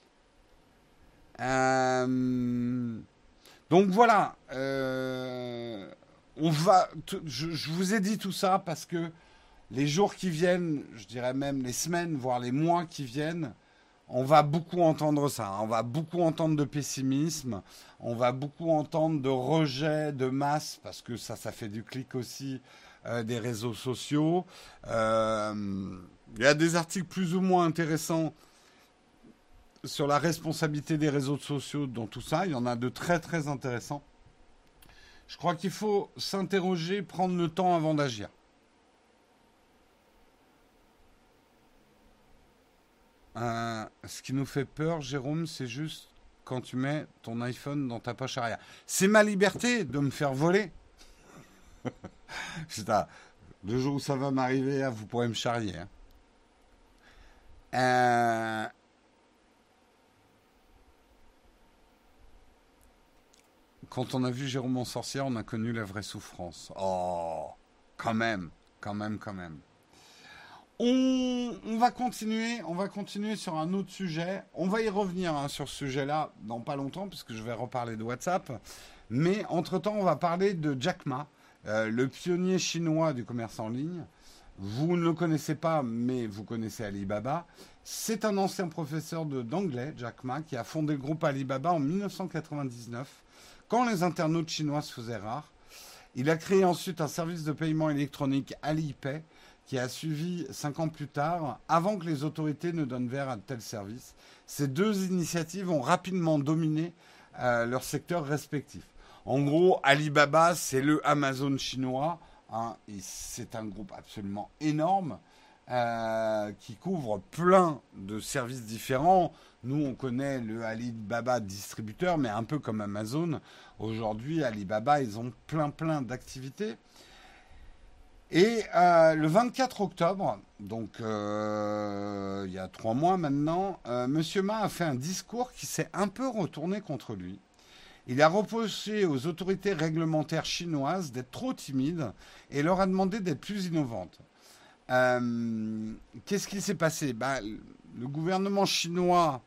Euh, donc voilà, euh, on va. Je, je vous ai dit tout ça parce que les jours qui viennent, je dirais même les semaines, voire les mois qui viennent, on va beaucoup entendre ça. Hein. On va beaucoup entendre de pessimisme. On va beaucoup entendre de rejet de masse, parce que ça, ça fait du clic aussi euh, des réseaux sociaux. Euh, Il y a des articles plus ou moins intéressants sur la responsabilité des réseaux sociaux dans tout ça. Il y en a de très très intéressants. Je crois qu'il faut s'interroger, prendre le temps avant d'agir. Euh, ce qui nous fait peur, Jérôme, c'est juste quand tu mets ton iPhone dans ta poche arrière. C'est ma liberté de me faire voler. Putain, le jour où ça va m'arriver, vous pourrez me charrier. Hein. Euh, quand on a vu Jérôme en sorcière, on a connu la vraie souffrance. Oh, quand même, quand même, quand même. On, on va continuer, on va continuer sur un autre sujet. On va y revenir hein, sur ce sujet-là dans pas longtemps, puisque je vais reparler de WhatsApp. Mais entre-temps, on va parler de Jack Ma, euh, le pionnier chinois du commerce en ligne. Vous ne le connaissez pas, mais vous connaissez Alibaba. C'est un ancien professeur de, d'anglais, Jack Ma, qui a fondé le groupe Alibaba en mille neuf cent quatre-vingt-dix-neuf, quand les internautes chinois se faisaient rares. Il a créé ensuite un service de paiement électronique Alipay, qui a suivi cinq ans plus tard, avant que les autorités ne donnent verre à de tels services. Ces deux initiatives ont rapidement dominé euh, leur secteur respectif. En gros, Alibaba, c'est le Amazon chinois. Hein, et c'est un groupe absolument énorme euh, qui couvre plein de services différents. Nous, on connaît le Alibaba distributeur, mais un peu comme Amazon. Aujourd'hui, Alibaba, ils ont plein, plein d'activités. Et euh, le vingt-quatre octobre, donc euh, il y a trois mois maintenant, euh, Monsieur Ma a fait un discours qui s'est un peu retourné contre lui. Il a reproché aux autorités réglementaires chinoises d'être trop timides et leur a demandé d'être plus innovantes. Euh, Qu'est-ce qui s'est passé? Bah, le gouvernement chinois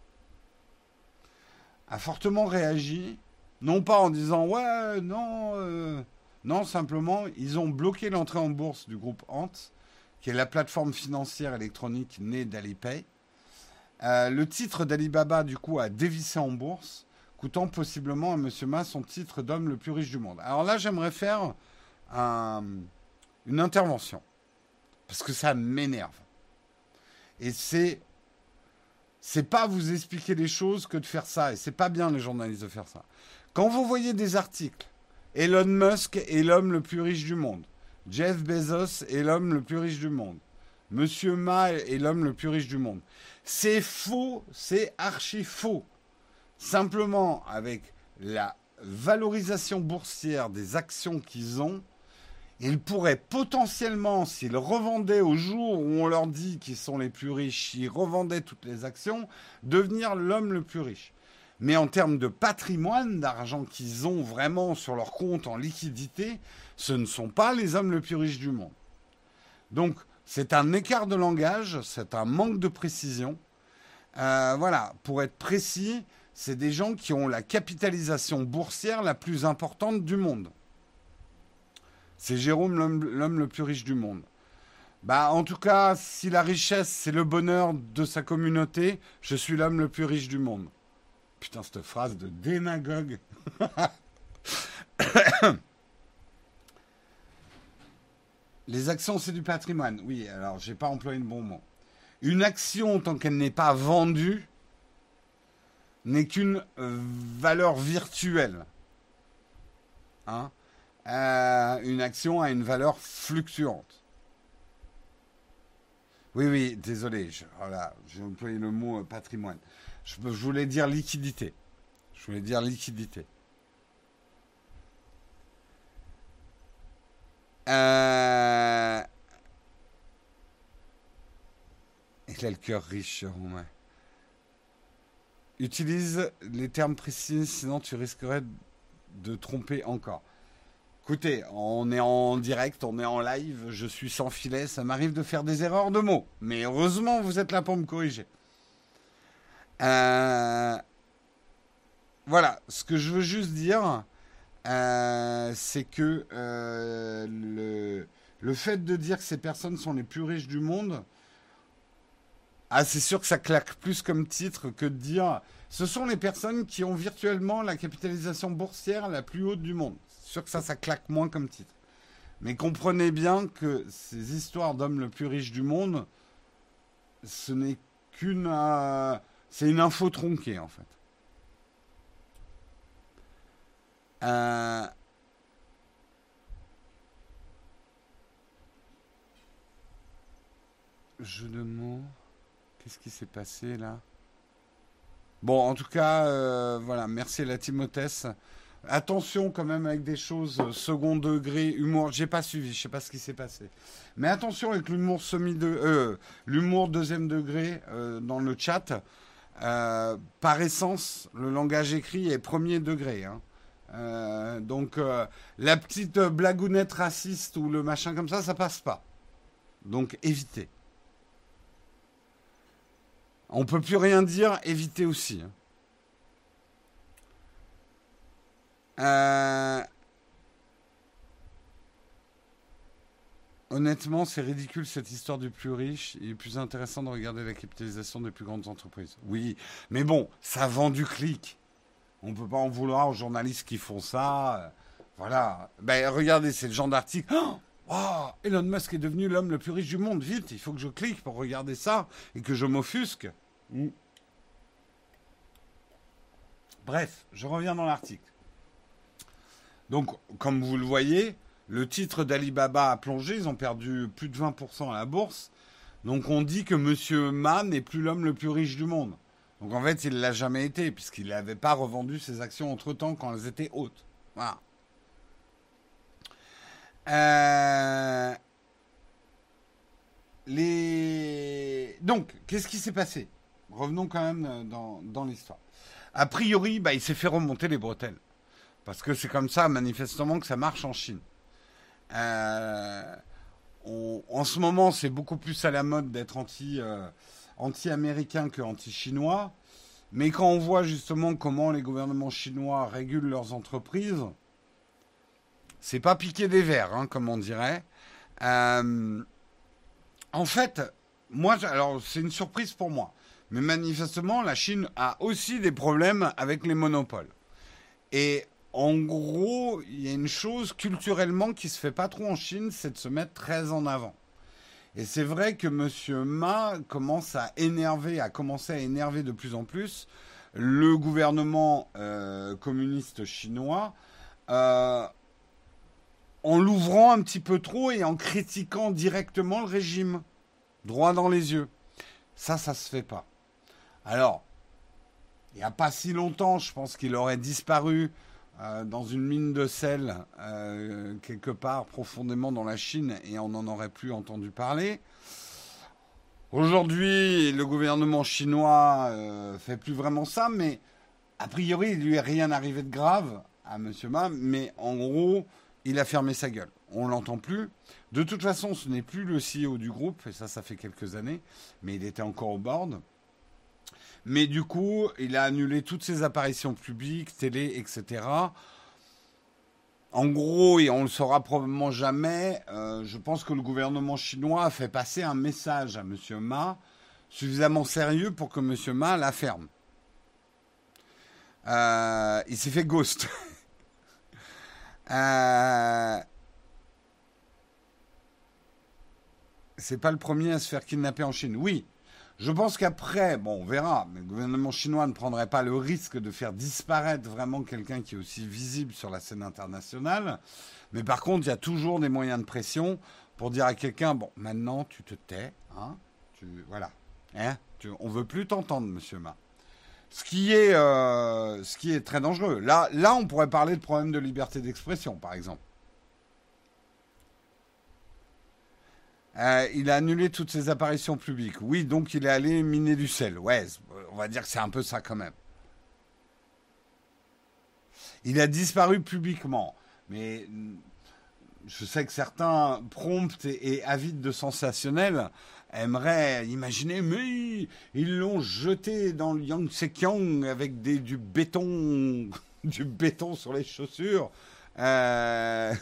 a fortement réagi, non pas en disant ouais, non, euh, non, simplement, ils ont bloqué l'entrée en bourse du groupe Ant, qui est la plateforme financière électronique née d'Alipay. Euh, le titre d'Alibaba, du coup, a dévissé en bourse, coûtant possiblement à Monsieur Ma son titre d'homme le plus riche du monde. Alors là, j'aimerais faire un- une intervention, parce que ça m'énerve. Et c'est c'est pas vous expliquer les choses que de faire ça. Et c'est pas bien les journalistes de faire ça. Quand vous voyez des articles, Elon Musk est l'homme le plus riche du monde. Jeff Bezos est l'homme le plus riche du monde. Monsieur Ma est l'homme le plus riche du monde. C'est faux, c'est archi faux. Simplement, avec la valorisation boursière des actions qu'ils ont, ils pourraient potentiellement, s'ils revendaient au jour où on leur dit qu'ils sont les plus riches, s'ils revendaient toutes les actions, devenir l'homme le plus riche. Mais en termes de patrimoine, d'argent qu'ils ont vraiment sur leur compte en liquidité, ce ne sont pas les hommes les plus riches du monde. Donc, c'est un écart de langage, c'est un manque de précision. Euh, voilà, pour être précis, c'est des gens qui ont la capitalisation boursière la plus importante du monde. C'est Jérôme l'homme, l'homme le plus riche du monde. Bah, en tout cas, si la richesse, c'est le bonheur de sa communauté, je suis l'homme le plus riche du monde. Putain, cette phrase de démagogue. Les actions, c'est du patrimoine. Oui, alors, j'ai pas employé le bon mot. Une action, tant qu'elle n'est pas vendue, n'est qu'une euh, valeur virtuelle. Hein? Euh, une action a une valeur fluctuante. Oui, oui, désolé, je, voilà, j'ai employé le mot euh, patrimoine. Je, je voulais dire liquidité. Je voulais dire liquidité. Euh... Il a le cœur riche, Romain. Utilise les termes précis, sinon tu risquerais de tromper encore. Écoutez, on est en direct, on est en live, je suis sans filet, ça m'arrive de faire des erreurs de mots. Mais heureusement, vous êtes là pour me corriger. Euh, voilà, ce que je veux juste dire, euh, c'est que euh, le, le fait de dire que ces personnes sont les plus riches du monde, ah, c'est sûr que ça claque plus comme titre que de dire ce sont les personnes qui ont virtuellement la capitalisation boursière la plus haute du monde. C'est sûr que ça, ça claque moins comme titre. Mais comprenez bien que ces histoires d'hommes le plus riche du monde, ce n'est qu'une... euh, c'est une info tronquée, en fait. Euh, jeu de mots. Qu'est-ce qui s'est passé là? Bon, en tout cas, euh, voilà, merci à la Timothée. Attention quand même avec des choses euh, second degré, humour. J'ai pas suivi, je sais pas ce qui s'est passé. Mais attention avec l'humour semi de, euh, l'humour deuxième degré euh, dans le chat. Euh, par essence, le langage écrit est premier degré. Hein. Euh, donc euh, la petite blagounette raciste ou le machin comme ça, ça passe pas. Donc évitez. On peut plus rien dire, évitez aussi. Hein. Euh, honnêtement, c'est ridicule cette histoire du plus riche. Il est plus intéressant de regarder la capitalisation des plus grandes entreprises. Oui, mais bon, ça vend du clic. On ne peut pas en vouloir aux journalistes qui font ça. Euh, Voilà. Ben, regardez, c'est le genre d'article. Oh, oh, Elon Musk est devenu l'homme le plus riche du monde. Vite, il faut que je clique pour regarder ça et que je m'offusque. Mm. Bref, je reviens dans l'article. Donc, comme vous le voyez, le titre d'Alibaba a plongé. Ils ont perdu plus de vingt pour cent à la bourse. Donc, on dit que Monsieur Ma n'est plus l'homme le plus riche du monde. Donc, en fait, il ne l'a jamais été, puisqu'il n'avait pas revendu ses actions entre-temps quand elles étaient hautes. Voilà. Euh, les... Donc, qu'est-ce qui s'est passé? Revenons quand même dans, dans l'histoire. A priori, bah, il s'est fait remonter les bretelles. Parce que c'est comme ça, manifestement, que ça marche en Chine. Euh, on- en ce moment, c'est beaucoup plus à la mode d'être anti, euh, anti-américain que anti-chinois. Mais quand on voit justement comment les gouvernements chinois régulent leurs entreprises, c'est pas piquer des verres, hein, comme on dirait. Euh, En fait, moi, alors c'est une surprise pour moi. Mais manifestement, la Chine a aussi des problèmes avec les monopoles. Et en gros, il y a une chose culturellement qui se fait pas trop en Chine, c'est de se mettre très en avant. Et c'est vrai que Monsieur Ma commence à énerver, a commencé à énerver de plus en plus le gouvernement euh, communiste chinois euh, en l'ouvrant un petit peu trop et en critiquant directement le régime, droit dans les yeux. Ça, ça se fait pas. Alors, il n'y a pas si longtemps, je pense qu'il aurait disparu euh, dans une mine de sel euh, quelque part profondément dans la Chine et on n'en aurait plus entendu parler. Aujourd'hui, le gouvernement chinois euh, fait plus vraiment ça, mais a priori, il lui est rien arrivé de grave à Monsieur Ma, mais en gros, il a fermé sa gueule. On l'entend plus. De toute façon, ce n'est plus le C E O du groupe, et ça, ça fait quelques années, mais il était encore au board. Mais du coup, il a annulé toutes ses apparitions publiques, télé, et cetera. En gros, et on ne le saura probablement jamais, euh, je pense que le gouvernement chinois a fait passer un message à Monsieur Ma suffisamment sérieux pour que Monsieur Ma la ferme. Euh, il s'est fait ghost. euh, c'est pas le premier à se faire kidnapper en Chine. Oui, je pense qu'après, bon, on verra, mais le gouvernement chinois ne prendrait pas le risque de faire disparaître vraiment quelqu'un qui est aussi visible sur la scène internationale. Mais par contre, il y a toujours des moyens de pression pour dire à quelqu'un, bon, maintenant tu te tais, hein, tu, voilà, hein, tu, on veut plus t'entendre, Monsieur Ma. Ce qui est, euh, ce qui est très dangereux. Là, là, on pourrait parler de problème de liberté d'expression, par exemple. Euh, il a annulé toutes ses apparitions publiques. Oui, donc il est allé miner du sel. Ouais, on va dire que c'est un peu ça quand même. Il a disparu publiquement. Mais je sais que certains prompts et, et avides de sensationnel aimeraient imaginer, mais ils l'ont jeté dans le Yangtze-Kiang avec des, du béton, du béton sur les chaussures. Euh,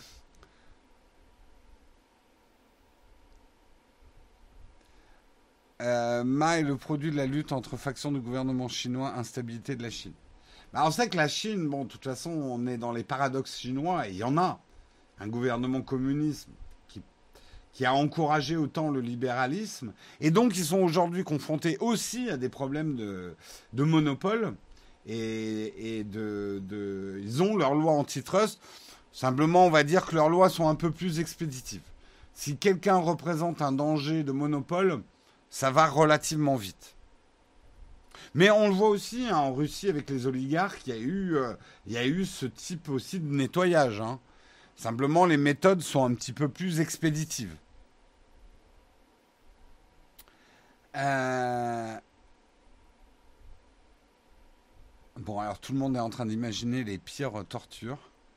euh, Ma est le produit de la lutte entre factions du gouvernement chinois, instabilité de la Chine. Bah, on sait que la Chine, bon, de toute façon, on est dans les paradoxes chinois, et il y en a. Un gouvernement communiste qui, qui a encouragé autant le libéralisme, et donc ils sont aujourd'hui confrontés aussi à des problèmes de, de monopole, et, et de, de, ils ont leurs lois antitrust. Simplement, on va dire que leurs lois sont un peu plus expéditives. Si quelqu'un représente un danger de monopole, ça va relativement vite. Mais on le voit aussi hein, en Russie avec les oligarques, il y a eu, euh, il y a eu ce type aussi de nettoyage. Hein. Simplement, les méthodes sont un petit peu plus expéditives. Euh, Bon, alors tout le monde est en train d'imaginer les pires tortures.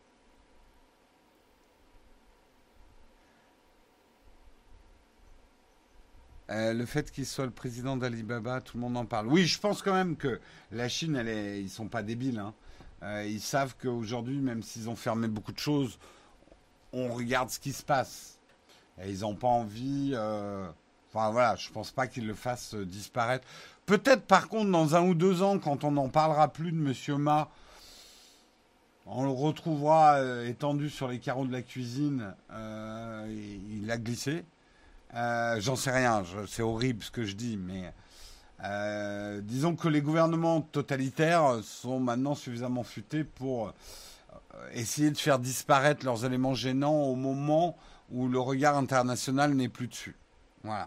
Euh, le fait qu'il soit le président d'Alibaba, tout le monde en parle. Oui, je pense quand même que la Chine, elle est, ils sont pas débiles. Hein. Euh, ils savent qu'aujourd'hui, même s'ils ont fermé beaucoup de choses, on regarde ce qui se passe. Et ils n'ont pas envie. euh, Enfin voilà, je pense pas qu'ils le fassent euh, disparaître. Peut-être par contre dans un ou deux ans, quand on n'en parlera plus de Monsieur Ma, on le retrouvera euh, étendu sur les carreaux de la cuisine. Euh, il il a glissé. Euh, J'en sais rien. je- C'est horrible ce que je dis, mais euh, disons que les gouvernements totalitaires sont maintenant suffisamment futés pour essayer de faire disparaître leurs éléments gênants au moment où le regard international n'est plus dessus. Voilà.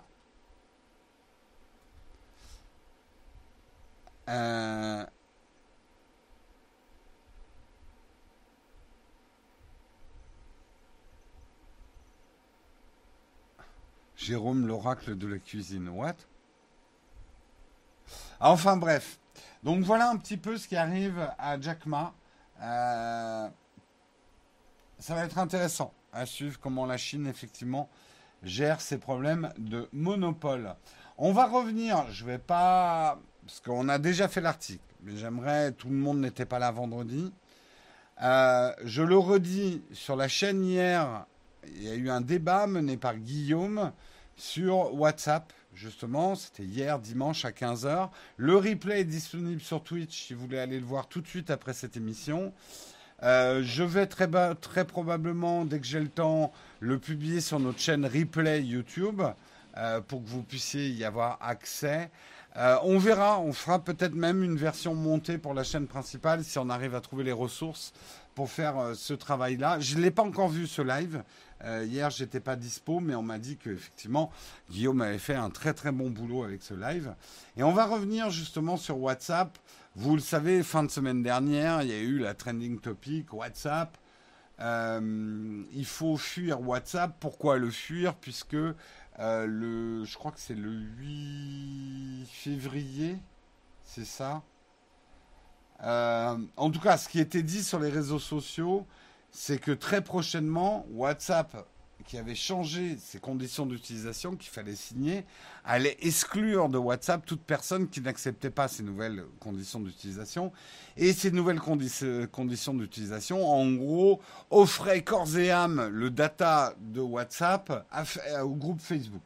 Euh, Jérôme, l'oracle de la cuisine. What? Enfin bref. Donc voilà un petit peu ce qui arrive à Jack Ma. Euh, ça va être intéressant à suivre comment la Chine, effectivement, gère ces problèmes de monopole. On va revenir, je vais pas, parce qu'on a déjà fait l'article, mais j'aimerais, tout le monde n'était pas là vendredi. Euh, je le redis, sur la chaîne hier, il y a eu un débat mené par Guillaume sur WhatsApp, justement, c'était hier, dimanche à quinze heures. Le replay est disponible sur Twitch si vous voulez aller le voir tout de suite après cette émission. Euh, je vais très, ba- très probablement, dès que j'ai le temps, le publier sur notre chaîne replay YouTube euh, pour que vous puissiez y avoir accès. Euh, on verra, on fera peut-être même une version montée pour la chaîne principale si on arrive à trouver les ressources pour faire euh, ce travail-là. Je ne l'ai pas encore vu ce live. Euh, hier, j'étais pas dispo, mais on m'a dit qu'effectivement, Guillaume avait fait un très très bon boulot avec ce live. Et on va revenir justement sur WhatsApp. Vous le savez, fin de semaine dernière, il y a eu la trending topic WhatsApp. Euh, il faut fuir WhatsApp. Pourquoi le fuir? Puisque euh, le, je crois que c'est le huit février, c'est ça. Euh, en tout cas, ce qui était dit sur les réseaux sociaux, c'est que très prochainement, WhatsApp, qui avait changé ses conditions d'utilisation, qu'il fallait signer, allait exclure de WhatsApp toute personne qui n'acceptait pas ces nouvelles conditions d'utilisation. Et ces nouvelles condi- conditions d'utilisation, en gros, offraient corps et âme le data de WhatsApp à, au groupe Facebook.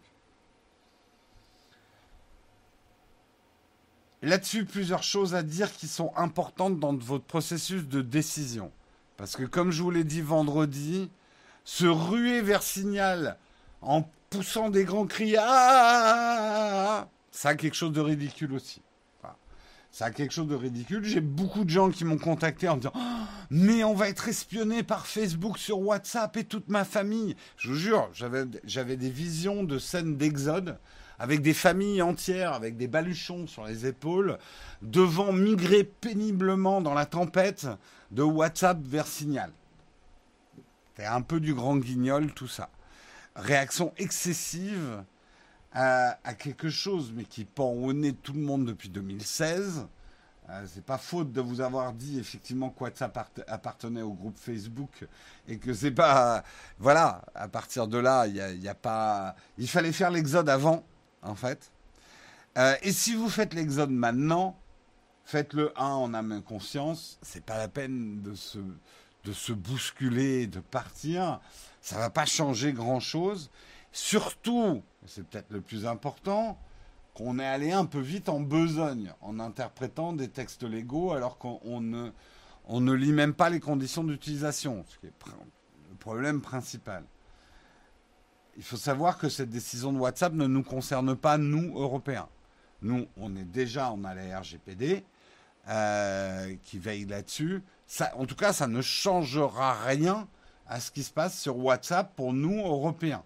Là-dessus, plusieurs choses à dire qui sont importantes dans votre processus de décision. Parce que comme je vous l'ai dit vendredi, se ruer vers Signal en poussant des grands cris, ah, ça a quelque chose de ridicule aussi. Enfin, ça a quelque chose de ridicule. J'ai beaucoup de gens qui m'ont contacté en me disant, oh, mais on va être espionné par Facebook sur WhatsApp et toute ma famille. Je vous jure, j'avais, j'avais des visions de scènes d'exode avec des familles entières, avec des baluchons sur les épaules, devant migrer péniblement dans la tempête de WhatsApp vers Signal. C'est un peu du grand guignol, tout ça. Réaction excessive à, à quelque chose, mais qui pend au nez de tout le monde depuis deux mille seize. Euh, c'est pas faute de vous avoir dit effectivement que WhatsApp appartenait au groupe Facebook et que c'est pas... Voilà, à partir de là, il y a, y a pas... Il fallait faire l'exode avant, en fait. Euh, et si vous faites l'exode maintenant, faites-le un en âme et conscience. C'est pas la peine de se... de se bousculer, de partir, ça va pas changer grand-chose. Surtout, c'est peut-être le plus important, qu'on est allé un peu vite en besogne en interprétant des textes légaux alors qu'on on ne, on ne lit même pas les conditions d'utilisation, ce qui est pr- le problème principal. Il faut savoir que cette décision de WhatsApp ne nous concerne pas, nous, Européens. Nous, on est déjà, on a la R G P D, Euh, qui veille là-dessus. Ça, en tout cas, ça ne changera rien à ce qui se passe sur WhatsApp pour nous, Européens.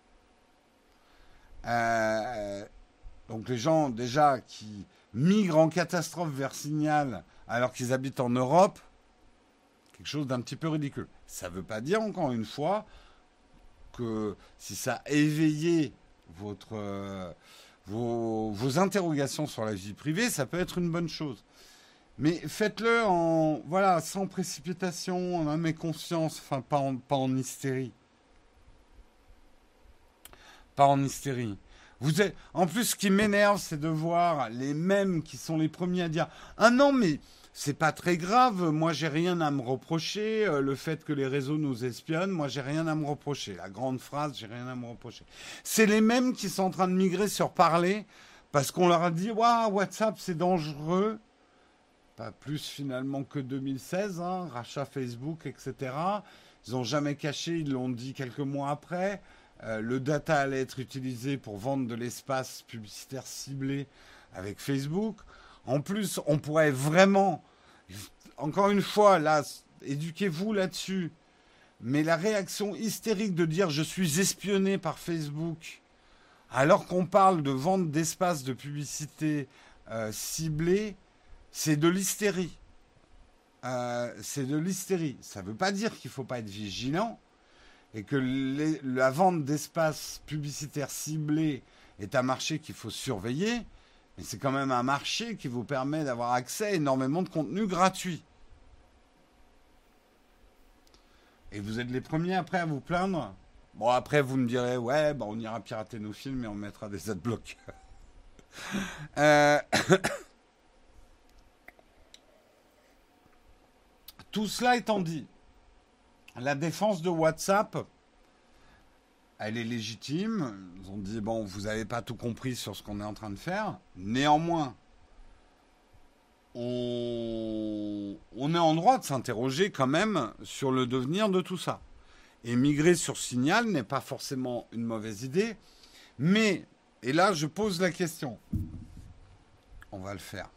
Euh, donc les gens déjà qui migrent en catastrophe vers Signal alors qu'ils habitent en Europe, quelque chose d'un petit peu ridicule. Ça ne veut pas dire, encore une fois, que si ça a éveillé votre, euh, vos, vos interrogations sur la vie privée, ça peut être une bonne chose. Mais faites-le en, voilà, sans précipitation, en âme et conscience, enfin pas en, pas en hystérie. Pas en hystérie. Vous êtes... En plus, ce qui m'énerve, c'est de voir les mêmes qui sont les premiers à dire « Ah non, mais c'est pas très grave, moi j'ai rien à me reprocher, euh, le fait que les réseaux nous espionnent, moi j'ai rien à me reprocher. » La grande phrase « j'ai rien à me reprocher ». C'est les mêmes qui sont en train de migrer sur Parler parce qu'on leur a dit « Waouh, WhatsApp c'est dangereux ». Pas plus finalement que deux mille seize, hein, rachat Facebook, et cetera. Ils n'ont jamais caché, ils l'ont dit quelques mois après. Euh, le data allait être utilisé pour vendre de l'espace publicitaire ciblé avec Facebook. En plus, on pourrait vraiment, encore une fois, là, éduquez-vous là-dessus. Mais la réaction hystérique de dire je suis espionné par Facebook, alors qu'on parle de vente d'espace de publicité euh, ciblé, c'est de l'hystérie. Euh, c'est de l'hystérie. Ça ne veut pas dire qu'il ne faut pas être vigilant et que les, la vente d'espace publicitaire ciblé est un marché qu'il faut surveiller, mais c'est quand même un marché qui vous permet d'avoir accès à énormément de contenu gratuit. Et vous êtes les premiers après à vous plaindre Bon, après, vous me direz, ouais, bah, on ira pirater nos films et on mettra des adblocks. Euh, tout cela étant dit, la défense de WhatsApp, elle est légitime. Ils ont dit, bon, vous n'avez pas tout compris sur ce qu'on est en train de faire. Néanmoins, on, on est en droit de s'interroger quand même sur le devenir de tout ça. Et migrer sur Signal n'est pas forcément une mauvaise idée. Mais, et là, je pose la question. On va le faire.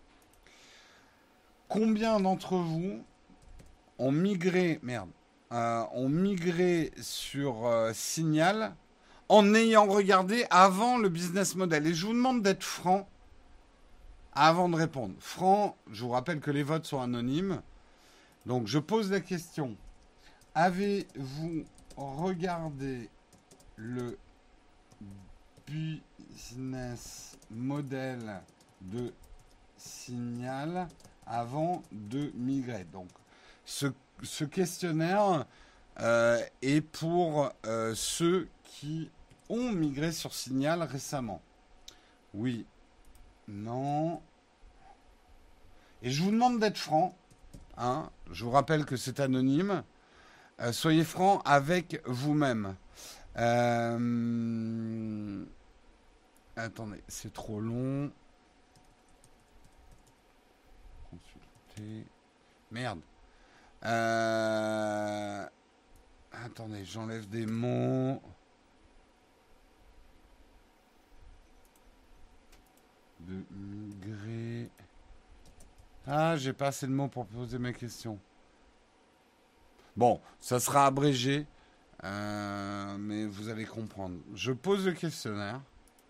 Combien d'entre vous ont migré, merde, euh, ont migré sur euh, Signal en ayant regardé avant le business model? Et je vous demande d'être franc avant de répondre. Franc, je vous rappelle que les votes sont anonymes. Donc je pose la question. Avez-vous regardé le business model de Signal avant de migrer? Donc ce, ce questionnaire euh, est pour euh, ceux qui ont migré sur Signal récemment. Oui, non. Et je vous demande d'être franc. Hein, je vous rappelle que c'est anonyme. Euh, soyez franc avec vous-même. Euh... Attendez, c'est trop long. Consulter. Merde. Euh... Attendez, j'enlève des mots. De migrer. Ah, j'ai pas assez de mots pour poser mes questions. Bon, ça sera abrégé, euh, mais vous allez comprendre. Je pose le questionnaire.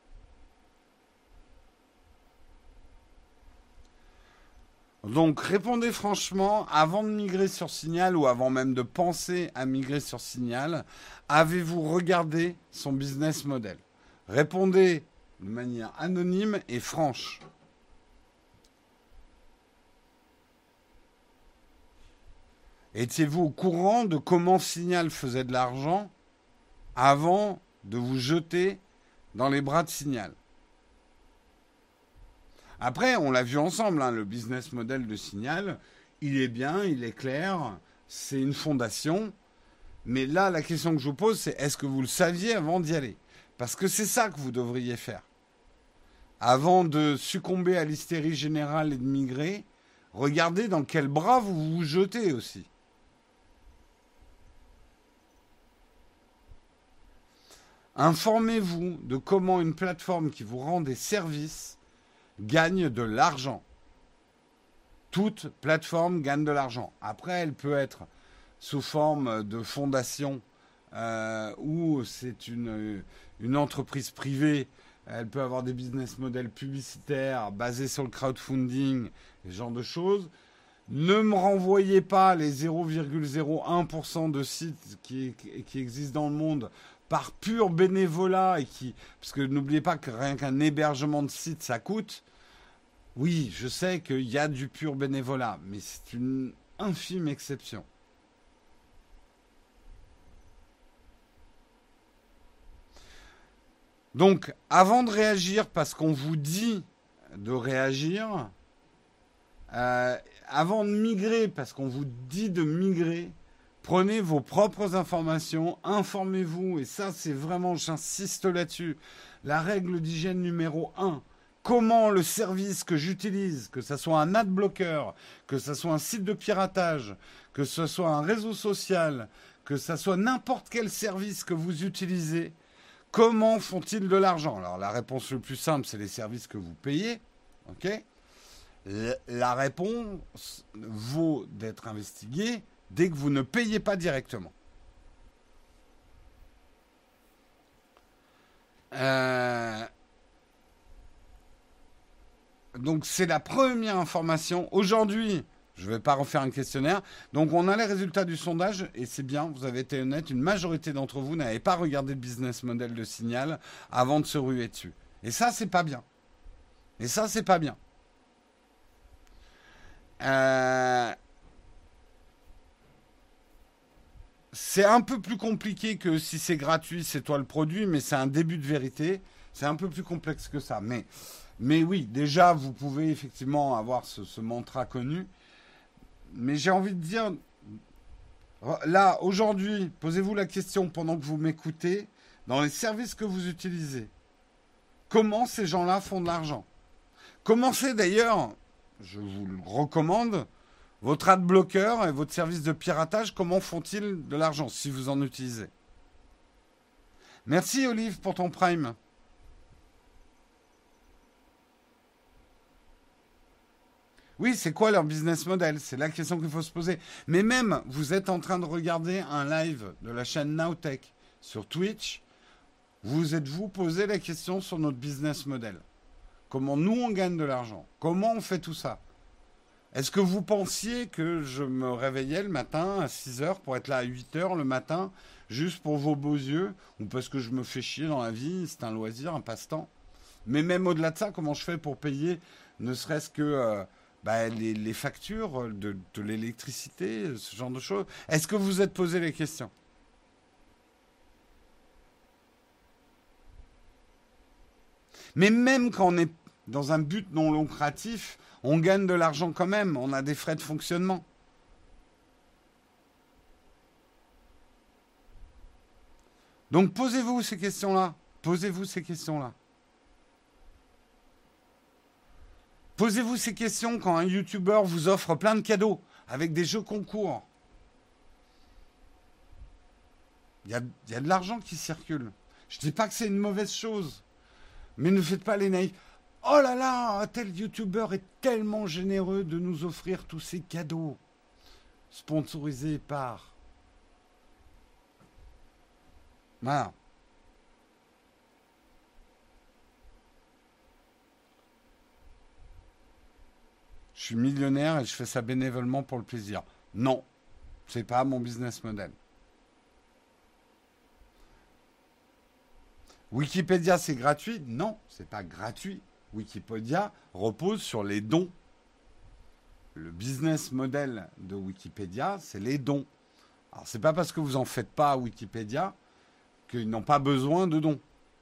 Donc, répondez franchement, avant de migrer sur Signal ou avant même de penser à migrer sur Signal, avez-vous regardé son business model? Répondez de manière anonyme et franche. Étiez-vous au courant de comment Signal faisait de l'argent avant de vous jeter dans les bras de Signal? Après, on l'a vu ensemble, hein, le business model de Signal, il est bien, il est clair, c'est une fondation. Mais là, la question que je vous pose, c'est est-ce que vous le saviez avant d'y aller? Parce que c'est ça que vous devriez faire. Avant de succomber à l'hystérie générale et de migrer, regardez dans quel bras vous vous jetez aussi. Informez-vous de comment une plateforme qui vous rend des services gagne de l'argent. Toute plateforme gagne de l'argent. Après, elle peut être sous forme de fondation euh, ou c'est une, une entreprise privée. Elle peut avoir des business models publicitaires basés sur le crowdfunding, ce genre de choses. Ne me renvoyez pas les zéro virgule zéro un pour cent de sites qui, qui existent dans le monde par pur bénévolat et qui, parce que n'oubliez pas que rien qu'un hébergement de site ça coûte. Oui, je sais qu'il y a du pur bénévolat, mais c'est une infime exception. Donc, avant de réagir, parce qu'on vous dit de réagir, euh, avant de migrer, parce qu'on vous dit de migrer, prenez vos propres informations, informez-vous, et ça c'est vraiment, j'insiste là-dessus, la règle d'hygiène numéro un. Comment le service que j'utilise, que ce soit un adblocker, que ce soit un site de piratage, que ce soit un réseau social, que ce soit n'importe quel service que vous utilisez, comment font-ils de l'argent? Alors la réponse le plus simple, c'est les services que vous payez. Okay, la réponse vaut d'être investiguée dès que vous ne payez pas directement. Euh... Donc c'est la première information. Aujourd'hui, je ne vais pas refaire un questionnaire. Donc on a les résultats du sondage et c'est bien, vous avez été honnête, une majorité d'entre vous n'avez pas regardé le business model de Signal avant de se ruer dessus. Et ça, c'est pas bien. Et ça, c'est pas bien. Euh... c'est un peu plus compliqué que si c'est gratuit, c'est toi le produit, mais c'est un début de vérité. C'est un peu plus complexe que ça. Mais, mais oui, déjà, vous pouvez effectivement avoir ce, ce mantra connu. Mais j'ai envie de dire, là, aujourd'hui, posez-vous la question pendant que vous m'écoutez, dans les services que vous utilisez, comment ces gens-là font de l'argent? Commencez d'ailleurs, je vous le recommande, votre adblocker et votre service de piratage, comment font-ils de l'argent si vous en utilisez? Merci Olive pour ton prime. Oui, c'est quoi leur business model? C'est la question qu'il faut se poser. Mais même, vous êtes en train de regarder un live de la chaîne Nowtech sur Twitch, vous êtes-vous posé la question sur notre business model? Comment nous on gagne de l'argent? Comment on fait tout ça? Est-ce que vous pensiez que je me réveillais le matin à six heures pour être là à huit heures le matin, juste pour vos beaux yeux, ou parce que je me fais chier dans la vie, c'est un loisir, un passe-temps? Mais même au-delà de ça, comment je fais pour payer ne serait-ce que euh, bah, les, les factures de, de l'électricité, ce genre de choses? Est-ce que vous vous êtes posé les questions? Mais même quand on est dans un but non lucratif, on gagne de l'argent quand même, on a des frais de fonctionnement. Donc posez-vous ces questions-là. Posez-vous ces questions-là. Posez-vous ces questions quand un YouTuber vous offre plein de cadeaux avec des jeux concours. Il y a, il y a de l'argent qui circule. Je ne dis pas que c'est une mauvaise chose, mais ne faites pas les naïfs. Oh là là, tel YouTuber est tellement généreux de nous offrir tous ces cadeaux sponsorisés par... Voilà. Je suis millionnaire et je fais ça bénévolement pour le plaisir. Non, c'est pas mon business model. Wikipédia, c'est gratuit? Non, c'est pas gratuit. Wikipédia repose sur les dons. Le business model de Wikipédia, c'est les dons. Alors, c'est pas parce que vous en faites pas à Wikipédia qu'ils n'ont pas besoin de dons.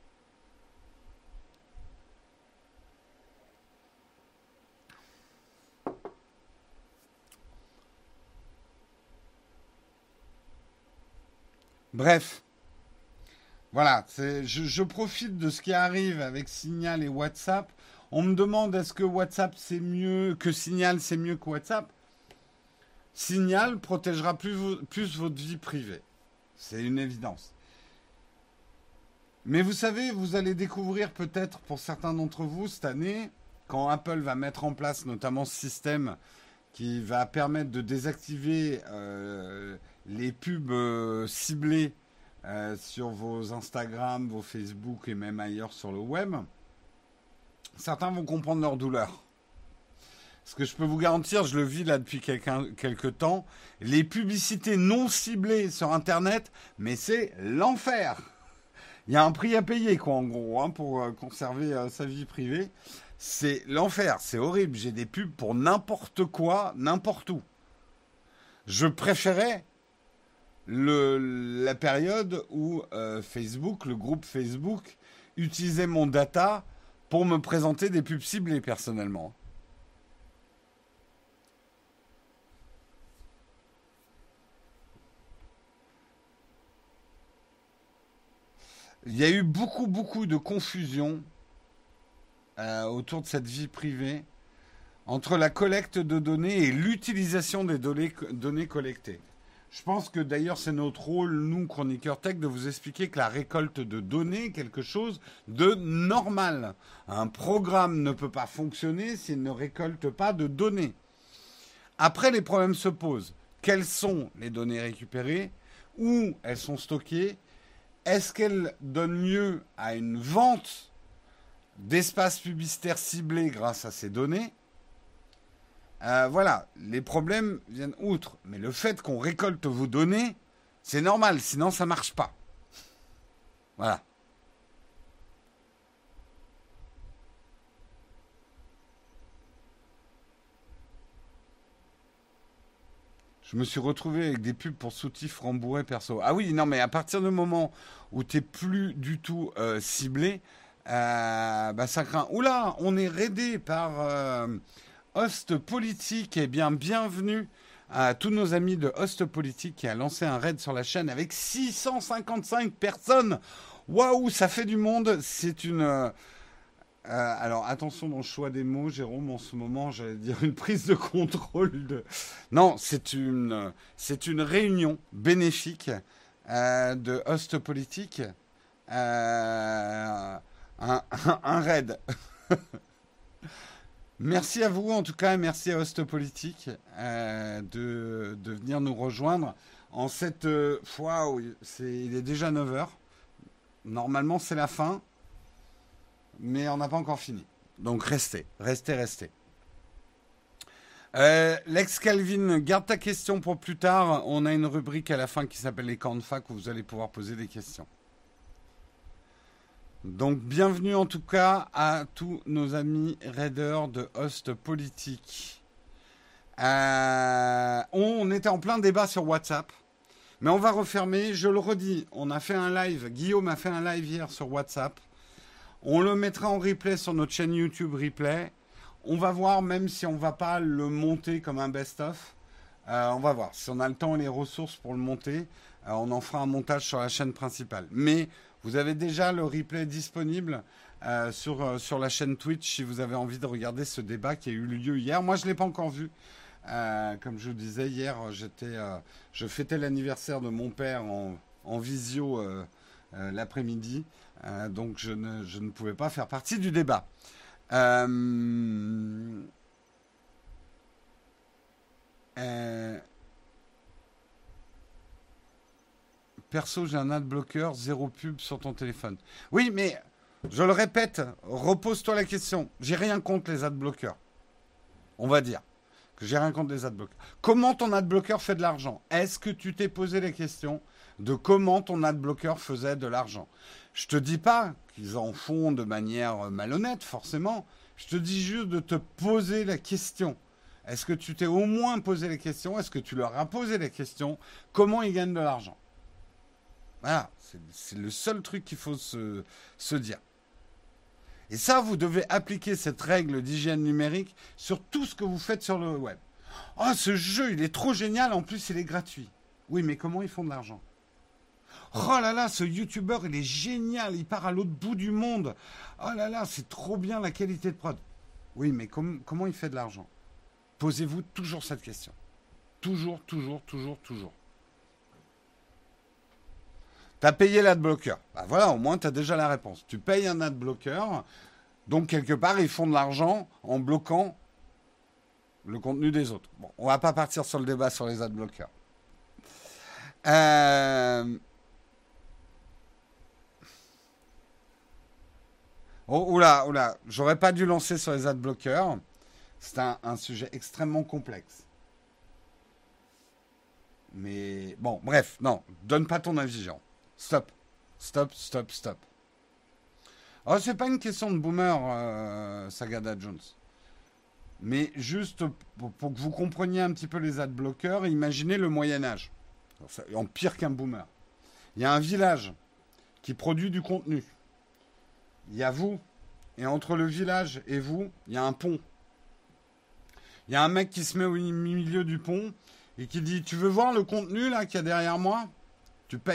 Bref, voilà, c'est- je, je profite de ce qui arrive avec Signal et WhatsApp. On me demande est-ce que WhatsApp c'est mieux que Signal, c'est mieux que WhatsApp? Signal protégera plus, vo- plus votre vie privée. C'est une évidence. Mais vous savez, vous allez découvrir peut-être pour certains d'entre vous cette année, quand Apple va mettre en place notamment ce système qui va permettre de désactiver euh, les pubs euh, ciblées euh, sur vos Instagram, vos Facebook et même ailleurs sur le web, certains vont comprendre leur douleur. Ce que je peux vous garantir, je le vis là depuis quelques, quelques temps, les publicités non ciblées sur Internet, mais c'est l'enfer. Il y a un prix à payer, quoi, en gros, hein, pour euh, conserver euh, sa vie privée. C'est l'enfer, c'est horrible. J'ai des pubs pour n'importe quoi, n'importe où. Je préférais le, la période où euh, Facebook, le groupe Facebook, utilisait mon data pour me présenter des pubs ciblées personnellement. Il y a eu beaucoup, beaucoup de confusion euh, autour de cette vie privée entre la collecte de données et l'utilisation des données, données collectées. Je pense que d'ailleurs c'est notre rôle, nous, chroniqueurs tech, de vous expliquer que la récolte de données est quelque chose de normal. Un programme ne peut pas fonctionner s'il ne récolte pas de données. Après, les problèmes se posent. Quelles sont les données récupérées? Où elles sont stockées? Est-ce qu'elles donnent lieu à une vente d'espaces publicitaires ciblés grâce à ces données? Euh, voilà, les problèmes viennent outre. Mais le fait qu'on récolte vos données, c'est normal, sinon ça marche pas. Voilà. Je me suis retrouvé avec des pubs pour soutifs rembourrés perso. Ah oui, non, mais à partir du moment où tu n'es plus du tout euh, ciblé, euh, bah ça craint. Oula, on est raidé par euh, Host Politique. Eh bien, bienvenue à tous nos amis de Host Politique qui a lancé un raid sur la chaîne avec six cent cinquante-cinq personnes. Waouh, ça fait du monde. C'est une... Euh, euh, alors, attention dans le choix des mots, Jérôme, en ce moment, j'allais dire une prise de contrôle de... Non, c'est une, c'est une réunion bénéfique euh, de Host Politique. Euh, un, un, un raid. Merci à vous, en tout cas, et merci à Host Politique euh, de, de venir nous rejoindre en cette euh, fois où c'est, il est déjà neuf heures. Normalement, c'est la fin. Mais on n'a pas encore fini. Donc restez, restez, restez. Euh, Lex Calvin, garde ta question pour plus tard. On a une rubrique à la fin qui s'appelle les camps de fac où vous allez pouvoir poser des questions. Donc bienvenue en tout cas à tous nos amis raiders de Host Politique. Euh, on était en plein débat sur WhatsApp. Mais on va refermer. Je le redis, on a fait un live. Guillaume a fait un live hier sur WhatsApp. On le mettra en replay sur notre chaîne YouTube Replay. On va voir, même si on ne va pas le monter comme un best-of. Euh, on va voir. Si on a le temps et les ressources pour le monter, euh, on en fera un montage sur la chaîne principale. Mais vous avez déjà le replay disponible euh, sur, euh, sur la chaîne Twitch si vous avez envie de regarder ce débat qui a eu lieu hier. Moi, je ne l'ai pas encore vu. Euh, comme je vous disais, hier, j'étais, euh, je fêtais l'anniversaire de mon père en, en visio euh, euh, l'après-midi. Euh, donc je ne, je ne pouvais pas faire partie du débat. Euh, euh, perso, j'ai un adblocker, zéro pub sur ton téléphone. Oui, mais je le répète, repose-toi la question. J'ai rien contre les adblockers. On va dire que j'ai rien contre les adblockers. Comment ton adblocker fait de l'argent? Est-ce que tu t'es posé la question de comment ton adblocker faisait de l'argent? Je te dis pas qu'ils en font de manière malhonnête, forcément. Je te dis juste de te poser la question. Est-ce que tu t'es au moins posé la question? Est-ce que tu leur as posé la question? Comment ils gagnent de l'argent? Voilà, c'est, c'est le seul truc qu'il faut se, se dire. Et ça, vous devez appliquer cette règle d'hygiène numérique sur tout ce que vous faites sur le web. Oh, ce jeu, il est trop génial, en plus, il est gratuit. Oui, mais comment ils font de l'argent? Oh là là, ce youtubeur, il est génial, il part à l'autre bout du monde. Oh là là, c'est trop bien la qualité de prod. Oui, mais com- comment il fait de l'argent? Posez-vous toujours cette question. Toujours, toujours, toujours, toujours. T'as payé l'adblocker. Bah voilà, au moins, t'as déjà la réponse. Tu payes un adblocker, donc quelque part, ils font de l'argent en bloquant le contenu des autres. Bon, on va pas partir sur le débat sur les adblockers. Euh... Oh, oula, oula, j'aurais pas dû lancer sur les adblockers. C'est un, un sujet extrêmement complexe. Mais bon, bref, non, donne pas ton avis, Jean. Stop, stop, stop, stop. Oh, c'est pas une question de boomer, euh, Sagada Jones. Mais juste pour, pour que vous compreniez un petit peu les adblockers, imaginez le Moyen-Âge. En pire qu'un boomer. Il y a un village qui produit du contenu. Il y a vous, et entre le village et vous, il y a un pont. Il y a un mec qui se met au milieu du pont et qui dit « Tu veux voir le contenu là qu'il y a derrière moi? Tu payes. »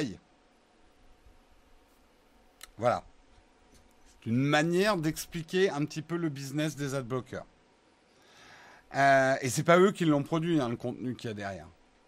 Voilà. C'est une manière d'expliquer un petit peu le business des adblockers. Euh, et c'est pas eux qui l'ont produit, hein, le contenu qu'il y a derrière.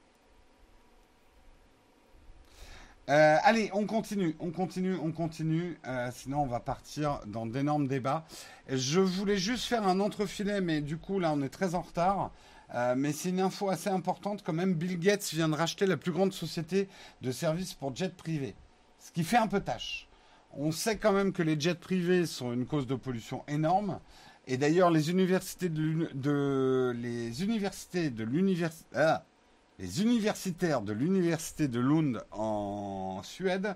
Euh, allez, on continue, on continue, on continue. Euh, sinon, on va partir dans d'énormes débats. Je voulais juste faire un entrefilet, mais du coup, là, on est très en retard. Euh, mais c'est une info assez importante quand même. Bill Gates vient de racheter la plus grande société de services pour jets privés. Ce qui fait un peu tâche. On sait quand même que les jets privés sont une cause de pollution énorme. Et d'ailleurs, les universités de, de les universités de l'université... Ah, les universitaires de l'université de Lund en Suède